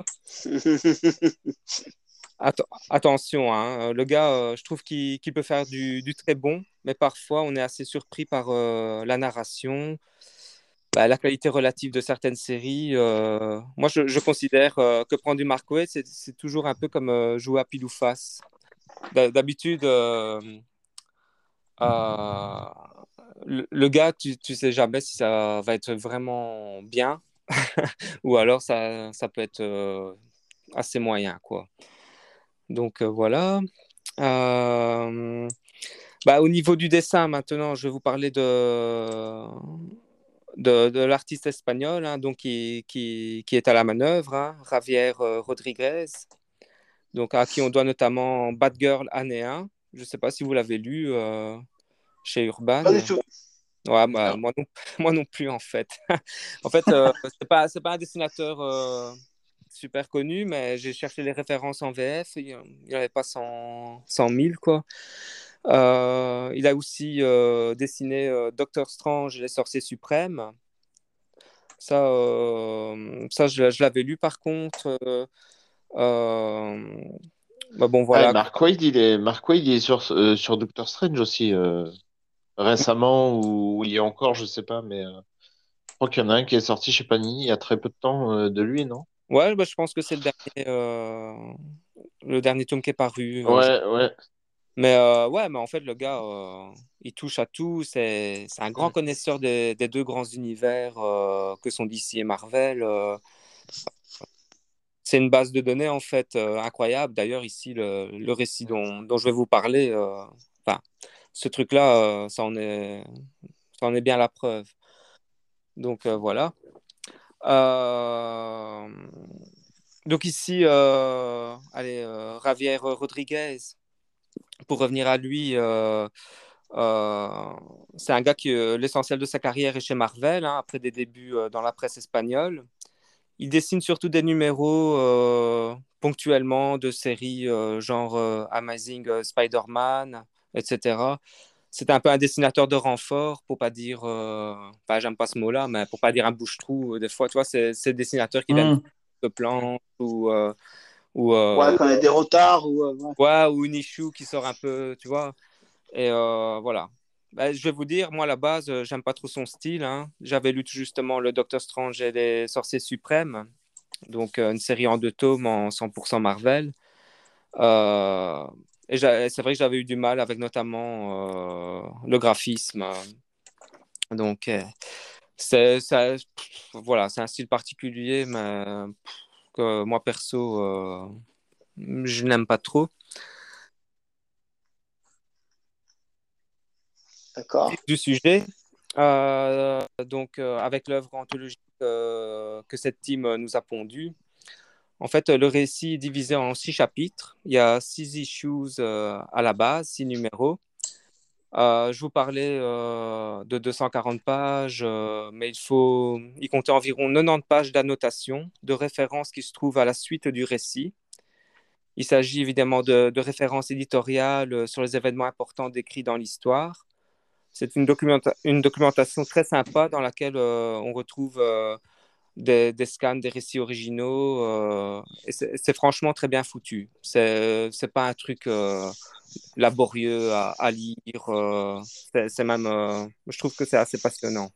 Atten- attention, hein, le gars, euh, je trouve qu'il qu'il peut faire du, du très bon, mais parfois on est assez surpris par euh, la narration, bah, la qualité relative de certaines séries. euh, Moi, je, je considère euh, que prendre du Mark Waid, c'est c'est toujours un peu comme euh, jouer à pile ou face. D'ha- D'habitude, euh, euh, le, le gars, tu, tu sais jamais si ça va être vraiment bien ou alors ça, ça peut être euh, assez moyen, quoi. Donc euh, voilà. Euh, Bah, au niveau du dessin, maintenant, je vais vous parler de, de, de l'artiste espagnol, hein, donc qui, qui, qui est à la manœuvre, hein, Javier euh, Rodriguez, donc à qui on doit notamment Batgirl année un. Je ne sais pas si vous l'avez lu euh, chez Pas du Urban. tout. Ouais, bah, Non. moi, non, moi non plus, en fait. En fait, euh, c'est pas, c'est pas un dessinateur euh, super connu, mais j'ai cherché les références en V F. Il n'y en avait pas cent, cent mille, quoi. Euh, il a aussi euh, dessiné euh, Doctor Strange et les Sorciers Suprêmes. Ça, euh, ça je, je l'avais lu par contre. Euh, euh, bah bon, Ah, et voilà. Mark Waid, il est, Mark Waid, il est sur, euh, sur Doctor Strange aussi, euh, récemment, ou il y a encore, je sais pas, mais euh, je crois qu'il y en a un qui est sorti chez Panini il y a très peu de temps euh, de lui, non? Ouais, bah, je pense que c'est le dernier, euh, le dernier tome qui est paru. euh, je- Ouais, ouais. Mais euh, ouais, mais en fait, le gars, euh, il touche à tout. C'est, c'est un grand connaisseur des, des deux grands univers euh, que sont D C et Marvel. euh. C'est une base de données en fait euh, incroyable. D'ailleurs, ici, le, le récit dont, dont je vais vous parler, euh, enfin, ce truc-là, euh, ça en est, ça en est bien la preuve. Donc euh, voilà. Euh, Donc ici, euh, allez, euh, Javier Rodriguez, pour revenir à lui, euh, euh, c'est un gars qui, euh, l'essentiel de sa carrière est chez Marvel, hein, après des débuts euh, dans la presse espagnole. Il dessine surtout des numéros euh, ponctuellement de séries euh, genre euh, Amazing euh, Spider-Man, et cetera. C'est un peu un dessinateur de renfort, pour pas dire, euh, enfin, j'aime pas ce mot-là, mais pour pas dire un bouche-trou. Des fois, tu vois, c'est c'est des dessinateurs qui viennent Hmm. de planches ou, euh, ou, euh, Ouais, quand il y a des retards ou. euh, ouais. ouais, ou une issue qui sort un peu, tu vois. Et euh, voilà. Ben, je vais vous dire, moi, à la base, euh, j'aime pas trop son style, hein. J'avais lu justement le Docteur Strange et les Sorciers Suprêmes, donc euh, une série en deux tomes en cent pour cent Marvel. Euh, et j'a- c'est vrai que j'avais eu du mal avec notamment euh, le graphisme. Donc, euh, c'est, ça- pff, voilà, c'est un style particulier, mais pff, que moi, perso, euh, je n'aime pas trop. D'accord. Vif du sujet. Euh, donc, euh, avec l'œuvre anthologique euh, que cette team euh, nous a pondue, en fait, le récit est divisé en six chapitres. Il y a six issues euh, à la base, six numéros. Euh, je vous parlais euh, de deux cent quarante pages, euh, mais il faut y compter environ quatre-vingt-dix pages d'annotations, de références qui se trouvent à la suite du récit. Il s'agit évidemment de, de références éditoriales euh, sur les événements importants décrits dans l'histoire. C'est une, documenta- une documentation très sympa dans laquelle euh, on retrouve euh, des, des scans des récits originaux. Euh, et c'est c'est franchement très bien foutu. C'est c'est pas un truc euh, laborieux à, à lire. euh, c'est c'est même, euh, je trouve que c'est assez passionnant.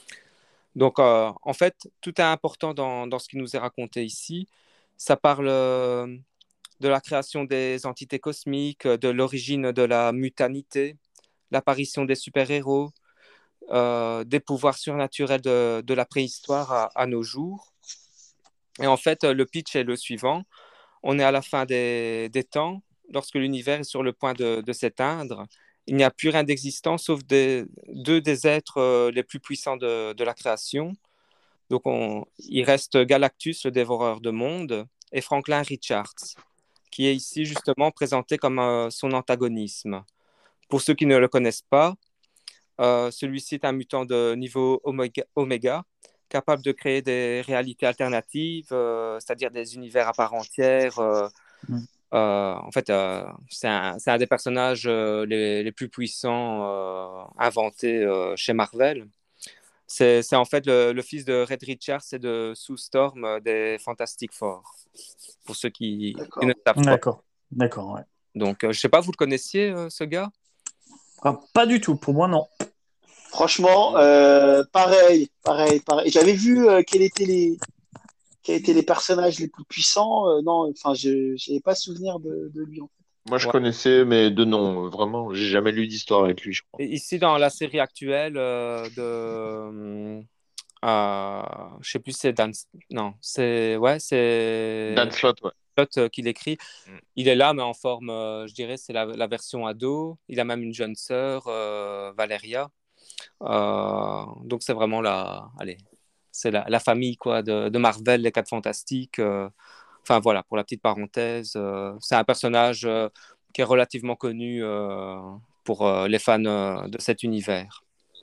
Donc, euh, en fait, tout est important dans, dans ce qui nous est raconté ici. Ça parle euh, de la création des entités cosmiques, de l'origine de la mutanité, l'apparition des super-héros, euh, des pouvoirs surnaturels de, de la préhistoire à, à nos jours. Et en fait, le pitch est le suivant. On est à la fin des, des temps, lorsque l'univers est sur le point de, de s'éteindre. Il n'y a plus rien d'existant sauf des, deux des êtres euh, les plus puissants de, de la création. Donc, on, il reste Galactus, le dévoreur de mondes, et Franklin Richards, qui est ici justement présenté comme euh, son antagonisme. Pour ceux qui ne le connaissent pas, euh, celui-ci est un mutant de niveau oméga, oméga, capable de créer des réalités alternatives, euh, c'est-à-dire des univers à part entière. Euh, Hmm. euh, en fait, euh, c'est un, c'est un des personnages euh, les, les plus puissants euh, inventés euh, chez Marvel. C'est, c'est en fait le, le fils de Red Richards et de Sue Storm euh, des Fantastic Four, pour ceux qui, qui ne D'accord. savent pas. D'accord. D'accord, ouais. Donc, euh, je sais pas, vous le connaissiez, euh, ce gars? Ah, pas du tout, pour moi, non. Franchement, euh, pareil, pareil, pareil. J'avais vu euh, quels étaient les, quels étaient les personnages les plus puissants. euh, non, enfin, je n'avais pas souvenir de, de lui. En fait. Moi, je Ouais. connaissais, mais de nom, vraiment, j'ai jamais lu d'histoire avec lui, je crois. Et ici, dans la série actuelle euh, de. Euh, je sais plus si c'est Dan. Non, c'est. Ouais, Dan c'est. Slott, ouais. Scott, euh, qui l'écrit. Mm. Il est là, mais en forme, euh, je dirais, c'est la, la version ado. Il a même une jeune sœur, euh, Valeria. Euh, donc, c'est vraiment la. Allez, c'est la, la famille quoi, de, de Marvel, les Quatre Fantastiques. euh. Enfin, voilà, pour la petite parenthèse. euh, c'est un personnage euh, qui est relativement connu euh, pour euh, les fans euh, de cet univers.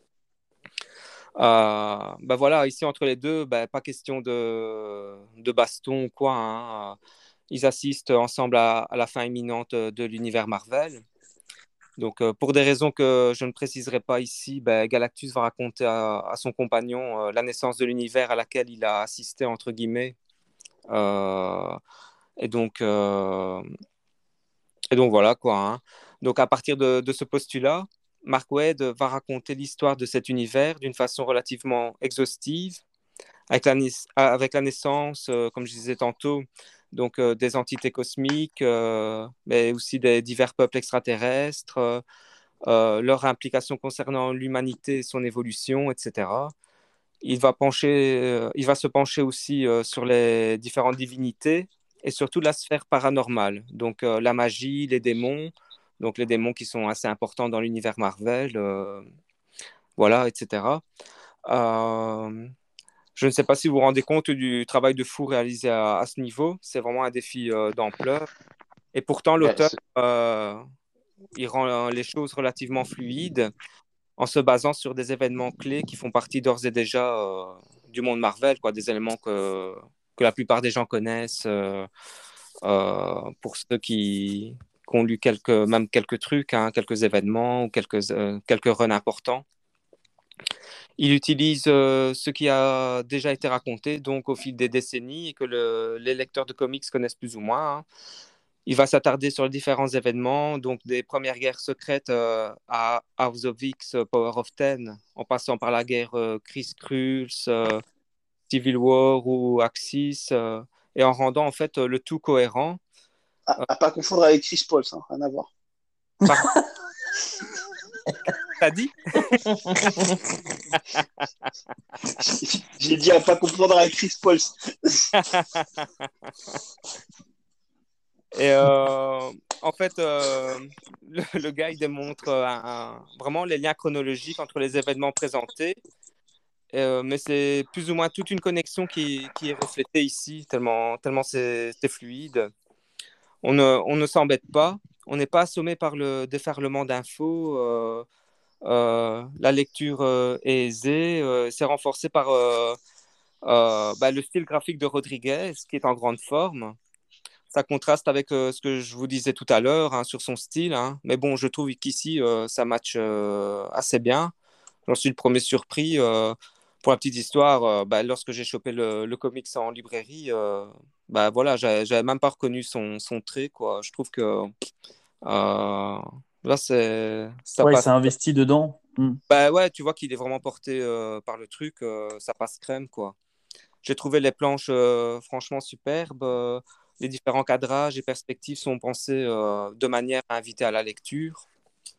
Euh, ben voilà, ici entre les deux, ben, pas question de, de baston ou quoi. Hein. Ils assistent ensemble à, à la fin imminente de l'univers Marvel. Donc, euh, pour des raisons que je ne préciserai pas ici, ben, Galactus va raconter à, à son compagnon euh, la naissance de l'univers à laquelle il a assisté, entre guillemets. Euh, et, donc, euh, et donc, voilà quoi. Hein. Donc, à partir de, de ce postulat, Mark Waid va raconter l'histoire de cet univers d'une façon relativement exhaustive avec la, avec la naissance, euh, comme je disais tantôt, donc euh, des entités cosmiques, euh, mais aussi des divers peuples extraterrestres, euh, euh, leur implication concernant l'humanité et son évolution, et cetera. Il va, pencher, euh, il va se pencher aussi euh, sur les différentes divinités et surtout la sphère paranormale, donc euh, la magie, les démons, donc les démons qui sont assez importants dans l'univers Marvel, euh, voilà, et cetera. Euh, je ne sais pas si vous vous rendez compte du travail de fou réalisé à, à ce niveau. C'est vraiment un défi euh, d'ampleur. Et pourtant, Ben, l'auteur, c'est- euh, il rend euh, les choses relativement fluides en se basant sur des événements clés qui font partie d'ores et déjà euh, du monde Marvel, quoi, des éléments que, que la plupart des gens connaissent. Euh, euh, pour ceux qui, qui ont lu quelques, même quelques trucs, hein, quelques événements ou quelques, euh, quelques runs importants. Il utilise euh, ce qui a déjà été raconté donc au fil des décennies et que le- les lecteurs de comics connaissent plus ou moins. Hein. Il va s'attarder sur les différents événements, donc des premières guerres secrètes euh, à House of X, euh, Power of Ten, en passant par la guerre euh, Chris Krulls, euh, Civil War ou Axis, euh, et en rendant en fait euh, le tout cohérent. À, Euh, à pas confondre avec Chris Paul, ça, rien à voir. par... T'as dit? J'ai dit à pas confondre avec Chris Paul. Et euh, en fait, euh, le, le, gars, il démontre un, un, vraiment les liens chronologiques entre les événements présentés, euh, mais c'est plus ou moins toute une connexion qui, qui est reflétée ici, tellement, tellement c'est, c'est fluide. On ne, on ne s'embête pas, on n'est pas assommé par le déferlement d'infos, euh, euh, la lecture euh, est aisée, euh, c'est renforcé par euh, euh, bah, le style graphique de Rodriguez, qui est en grande forme. Ça contraste avec euh, ce que je vous disais tout à l'heure hein, sur son style. Hein. Mais bon, je trouve qu'ici, euh, ça match euh, assez bien. J'en suis le premier surpris. Euh, pour la petite histoire, euh, bah, lorsque j'ai chopé le, le comics en librairie, euh, bah, voilà, j'avais, j'avais même pas reconnu son, son trait. Quoi. Je trouve que euh, là, c'est, ça Ouais, il passe. s'est investi dedans. Hmm. Bah, ouais, tu vois qu'il est vraiment porté euh, par le truc. Euh, ça passe crème, quoi. J'ai trouvé les planches euh, franchement superbes. Euh, les différents cadrages et perspectives sont pensés euh, de manière à inviter à la lecture.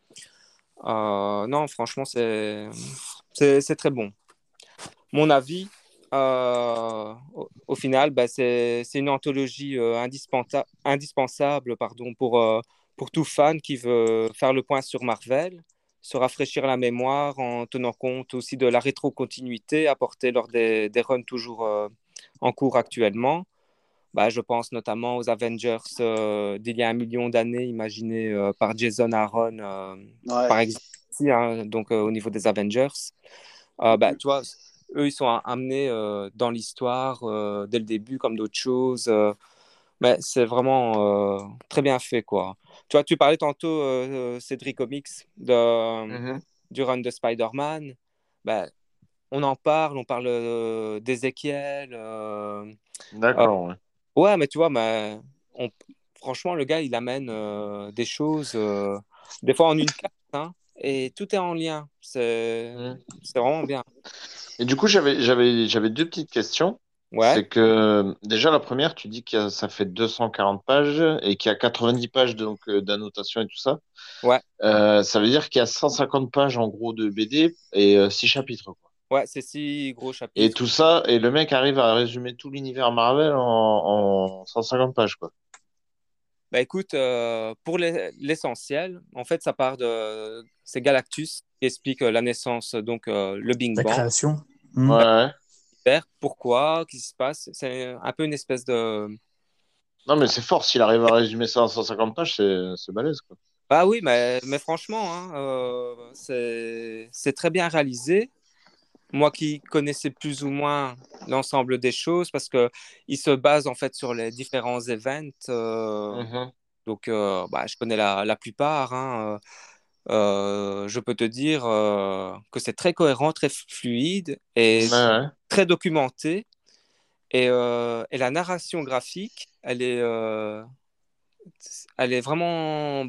Euh, non, franchement, c'est, c'est, c'est très bon. Mon avis, euh, au, au final, bah, c'est, c'est une anthologie euh, indispensa- indispensable pardon, pour, euh, pour tout fan qui veut faire le point sur Marvel, se rafraîchir la mémoire en tenant compte aussi de la rétrocontinuité apportée lors des, des runs toujours euh, en cours actuellement. Bah, je pense notamment aux Avengers euh, d'il y a un million d'années, imaginés euh, par Jason Aaron, euh, Ouais. par exemple, ici, hein, donc euh, au niveau des Avengers. Euh, bah, tu vois, eux, ils sont amenés euh, dans l'histoire euh, dès le début comme d'autres choses. Euh, mais c'est vraiment euh, très bien fait, quoi. Tu vois, tu parlais tantôt, euh, Cédric Comics, de, Mhm. du run de Spider-Man. Bah, on en parle, on parle euh, d'Ézéchiel. Euh, euh, D'accord, ouais. ouais, mais tu vois, mais on, franchement, le gars, il amène euh, des choses, euh, des fois en une carte, hein, et tout est en lien. C'est Mhm. c'est vraiment bien. Et du coup, j'avais, j'avais, j'avais deux petites questions. Ouais, C'est que déjà la première, tu dis que ça fait deux cent quarante pages et qu'il y a quatre-vingt-dix pages donc euh, d'annotation et tout ça. ouais, Euh, ça veut dire qu'il y a cent cinquante pages en gros de B D et euh, six chapitres, quoi. ouais, c'est six gros Et chapitres. tout ça, et le mec arrive à résumer tout l'univers Marvel en, en cent cinquante pages, quoi. Bah écoute, euh, pour l'es- l'essentiel, en fait, ça part de c'est Galactus qui explique euh, la naissance, donc euh, le Big La Bang, création. Hmm. Ouais, ouais. l'univers, pourquoi, qu'est-ce qui se passe. C'est un peu une espèce de. Non, mais c'est fort, s'il arrive à résumer ça en cent cinquante pages, c'est c'est balèze, quoi. Bah oui, mais, mais franchement, hein, euh, c'est c'est très bien réalisé. Moi qui connaissais plus ou moins l'ensemble des choses, parce que il se base en fait sur les différents events. euh, Mhm. donc, euh, bah, je connais la, la plupart. Hein, euh, euh, je peux te dire euh, que c'est très cohérent, très fluide Ouais, et ouais. très documenté. Et, euh, et la narration graphique, elle est, euh, elle est vraiment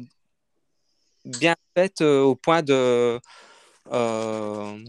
bien faite euh, au point de, euh,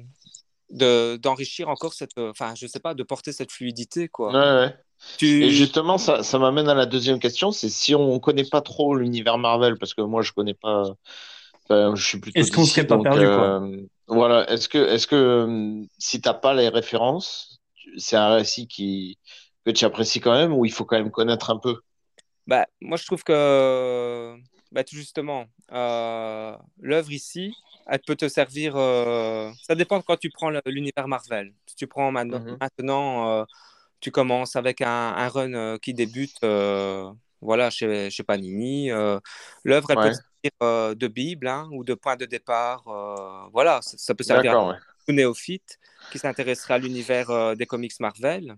de, d'enrichir encore cette, enfin, je sais pas, de porter cette fluidité, Ouais, quoi. ouais. Et Tu, justement, ça, ça m'amène à la deuxième question, c'est si on connaît pas trop l'univers Marvel, parce que moi je connais pas, enfin, je suis plutôt Est-ce qu'on D C, serait pas donc perdu, quoi? euh, voilà. Est-ce que, est-ce que euh, si t'as pas les références, tu- c'est un récit qui que tu apprécies quand même, ou il faut quand même connaître un peu? bah, moi, je trouve que, bah, tout justement, euh, l'œuvre ici, elle peut te servir. euh, ça dépend de quand tu prends le- l'univers Marvel. Si tu prends maintenant, Mhm. maintenant euh, tu commences avec un, un run euh, qui débute, euh, voilà, chez, chez Panini. euh, l'œuvre, elle peut te Ouais, servir euh, de Bible hein, ou de point de départ. euh, voilà, ça, ça peut servir à d'accord, ouais. tout néophyte qui s'intéresserait à l'univers euh, des comics Marvel.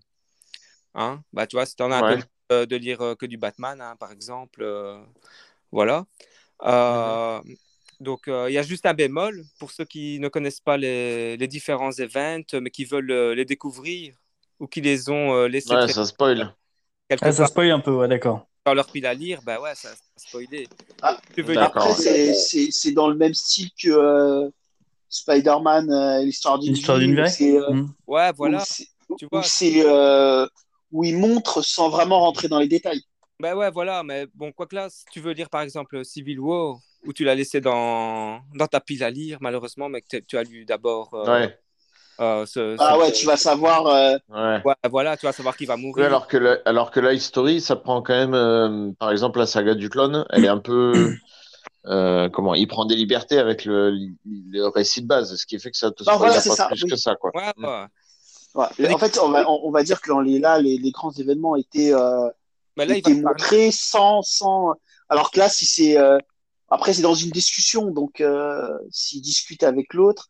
Hein. Bah, tu vois, si tu en as un peu Ouais. marre euh, de lire euh, que du Batman, hein, par exemple, euh, voilà. Mhm. Euh, donc, euh, il y a juste un bémol pour ceux qui ne connaissent pas les, les différents events, mais qui veulent euh, les découvrir ou qui les ont euh, laissés Ouais, traîner ça spoil. quelque Ah, ça part spoil un peu, ouais, d'accord. dans leur pile à lire, bah ouais, ça, ça a spoilé. Ah, Tu veux lire. après, D'accord, ouais. c'est c'est- c'est dans le même style que euh, Spider-Man, euh, l'histoire d'une L'histoire vie, d'une où vraie? c'est euh, Ouais, où voilà, c'est tu où vois. c'est euh, où il montre sans vraiment rentrer dans les détails. Bah ouais, voilà, mais bon, quoi que là, si tu veux lire par exemple Civil War, où tu l'as laissé dans, dans ta pile à lire, malheureusement, mais que tu tu as lu d'abord euh, Ouais, euh, ce, ce- Ah ouais, tu vas savoir. euh, ouais. Ouais, voilà, tu vas savoir qui va Oui, mourir. alors que la, alors que la History, ça prend quand même, euh, par exemple, la saga du clone, elle est un peu, euh, comment, il prend des libertés avec le, le récit de base, ce qui fait que ça te Non, voilà, spoilera c'est pas ça. plus que Oui. ça, quoi. Ouais, Mm. ouais. Ouais. Tandis En que- fait, on va, on, on va dire que dans les, là, les, les grands événements étaient, euh, Mais là, il va étaient te parler. montrés sans, sans. Alors que là, si c'est. euh, Après, c'est dans une discussion, donc euh, s'il discute avec l'autre.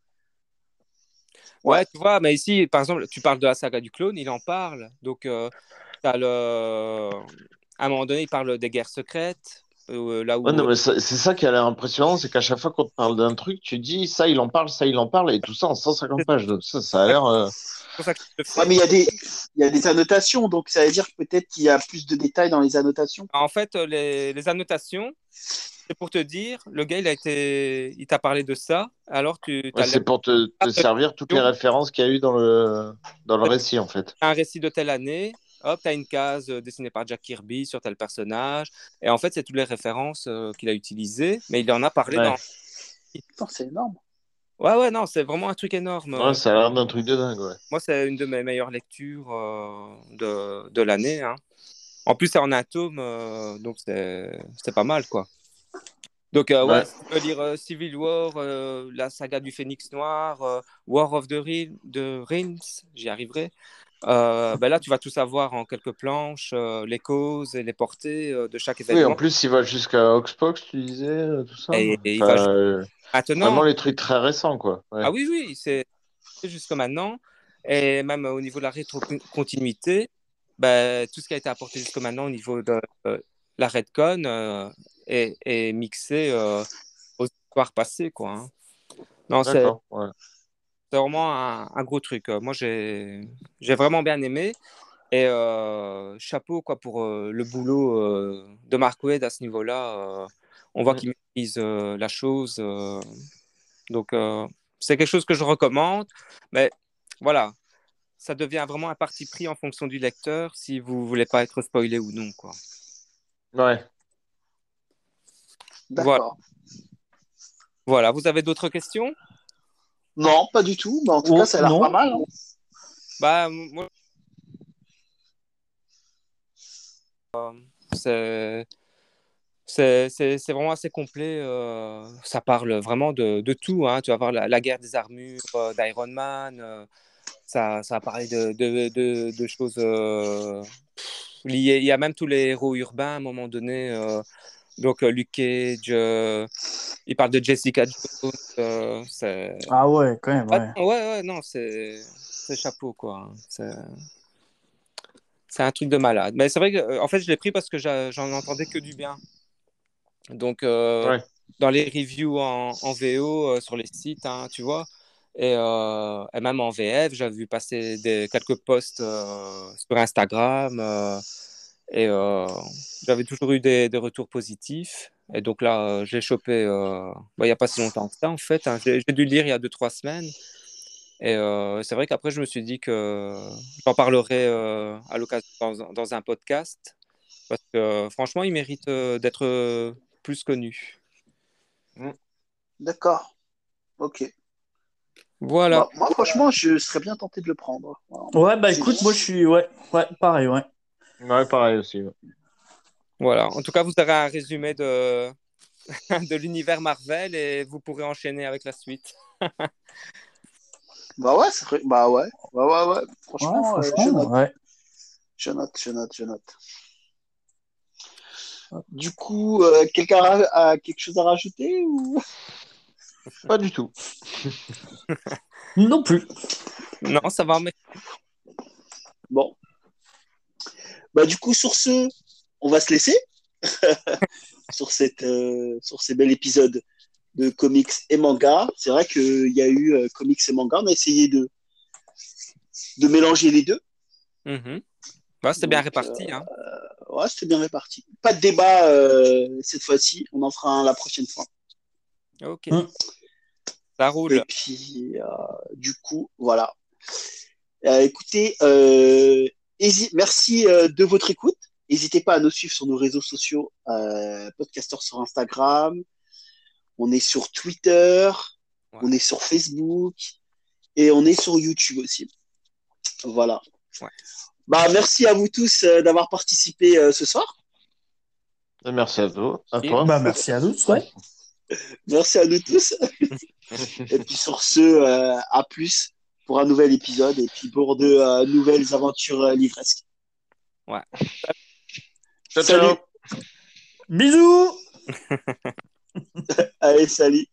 Ouais. Ouais, tu vois, mais ici, par exemple, tu parles de la saga du clone, il en parle. Donc, euh, t'as le... à un moment donné, il parle des guerres secrètes, euh, là Ouais, où. non, euh, mais ça- c'est ça qui a l'air impressionnant, c'est qu'à chaque fois qu'on te parle d'un truc, tu dis ça, il en parle, ça, il en parle, et tout ça en cent cinquante C'est pages. Donc ça, ça a l'air. euh, pour ça que je le Ouais, fais. mais il y a des, il y a des annotations, donc ça veut dire que peut-être qu'il y a plus de détails dans les annotations. En fait, les, les annotations, c'est pour te dire, le gars, il a été... il t'a parlé de ça, alors tu Ouais, as c'est pour te, te servir toutes les références qu'il y a eu dans le, dans le récit, en fait. un récit de telle année, hop, tu as une case euh, dessinée par Jack Kirby sur tel personnage. Et en fait, c'est toutes les références euh, qu'il a utilisées, mais il en a parlé Ouais, dans. Putain, c'est énorme. Ouais, ouais, non, c'est vraiment un truc énorme. ouais, Euh, ça a l'air d'un truc de dingue, ouais. Moi, c'est une de mes meilleures lectures euh, de, de l'année. Hein. En plus, c'est en un tome, euh, donc c'est c'est pas mal, quoi. Donc, euh, ouais, Ouais. si tu peux lire euh, Civil War, euh, la saga du Phénix Noir, euh, War of the, Re- the Rings, j'y arriverai. Euh, ben là, tu vas tout savoir en quelques planches, euh, les causes et les portées euh, de chaque Oui, en événement. plus, il va jusqu'à Oxbox, tu disais, euh, tout ça. Et, et il va Enfin, ju- euh, maintenant. vraiment les trucs très récents, quoi. Ouais. Ah oui, oui, c'est jusque maintenant. Et même au niveau de la rétrocontinuité, ben, tout ce qui a été apporté jusque maintenant au niveau de euh, la Redcon euh, est, est mixé euh, aux histoires passées, quoi. Hein. Non, c'est D'accord, ouais. c'est vraiment un, un gros truc. Euh, Moi, j'ai j'ai vraiment bien aimé. Et euh, chapeau quoi, pour euh, le boulot euh, de Mark Waid à ce niveau-là. Euh, on voit Mm. qu'il maîtrise euh, la chose. euh, donc, euh, c'est quelque chose que je recommande. Mais voilà, ça devient vraiment un parti pris en fonction du lecteur si vous voulez pas être spoilé ou non, quoi. Ouais. Voilà. D'accord. Voilà. Vous avez d'autres questions? Non, pas du tout. Mais en tout Oh, cas, ça a l'air non. pas mal. Hein. Bah, moi, c'est c'est c'est c'est vraiment assez complet. euh, ça parle vraiment de, de tout, hein. Tu vas voir la, la guerre des armures euh, d'Iron Man. euh, ça ça va parler de de, de, de choses euh, liées. Il y a même tous les héros urbains à un moment donné. euh, donc euh, Luke Cage. euh, il parle de Jessica Jones. euh, c'est Ah ouais, quand même, Ah, ouais. non, ouais ouais non c'est c'est chapeau quoi. hein. C'est c'est un truc de malade. Mais c'est vrai que euh, en fait je l'ai pris parce que j'a- j'en entendais que du bien. Donc, euh, Ouais. dans les reviews en, en V O euh, sur les sites, hein, tu vois, et, euh, et même en V F, j'avais vu passer des, quelques posts euh, sur Instagram, euh, et euh, j'avais toujours eu des, des retours positifs. Et donc là, euh, je l'ai chopé euh, bah, il n'y a pas si longtemps que ça, en fait. hein. J'ai j'ai dû le lire il y a deux, trois semaines. Et euh, c'est vrai qu'après, je me suis dit que j'en parlerai euh, à l'occasion dans, dans un podcast, parce que euh, franchement, il mérite euh, d'être euh, plus connu. Mm. D'accord. Ok. Voilà, Bah, moi, franchement, je serais bien tenté de le prendre. Voilà. Ouais, bah C'est écoute, moi je suis. Ouais, ouais, pareil, ouais. Ouais, pareil aussi. Ouais. voilà. En tout cas, vous aurez un résumé de, de l'univers Marvel et vous pourrez enchaîner avec la suite. Bah ouais, c'est vrai. Bah ouais. Bah ouais, ouais. Ouais, Franchement, euh, franchement, je note. ouais. Je note, je note, je note. Du coup, euh, quelqu'un a, a quelque chose à rajouter ou... Pas du tout. Non plus. Non, ça va, mais Bon. Bah du coup, sur ce, on va se laisser sur cette, euh, sur ces bel épisodes de comics et manga. C'est vrai qu'il y a eu euh, comics et manga. On a essayé de, de mélanger les deux. Mhm. Ouais, c'était bien Donc, euh, réparti. Hein. ouais, c'était bien réparti. Pas de débat euh, cette fois-ci. On en fera un la prochaine fois. Ok, Mm. ça Et roule. puis, euh, du coup, voilà. Euh, écoutez, euh, hési- merci euh, de votre écoute. N'hésitez pas à nous suivre sur nos réseaux sociaux, euh, Podcaster sur Instagram. On est sur Twitter, Ouais, on est sur Facebook et on est sur YouTube aussi. Voilà. ouais. Bah, merci à vous tous euh, d'avoir participé euh, ce soir. Et merci à toi. À Et- toi. Bah merci à tous, ouais. Merci à nous tous. Et puis sur ce, euh, à plus pour un nouvel épisode et puis pour de euh, nouvelles aventures euh, livresques. ouais. Ciao, Salut. ciao. Bisous! Allez, salut.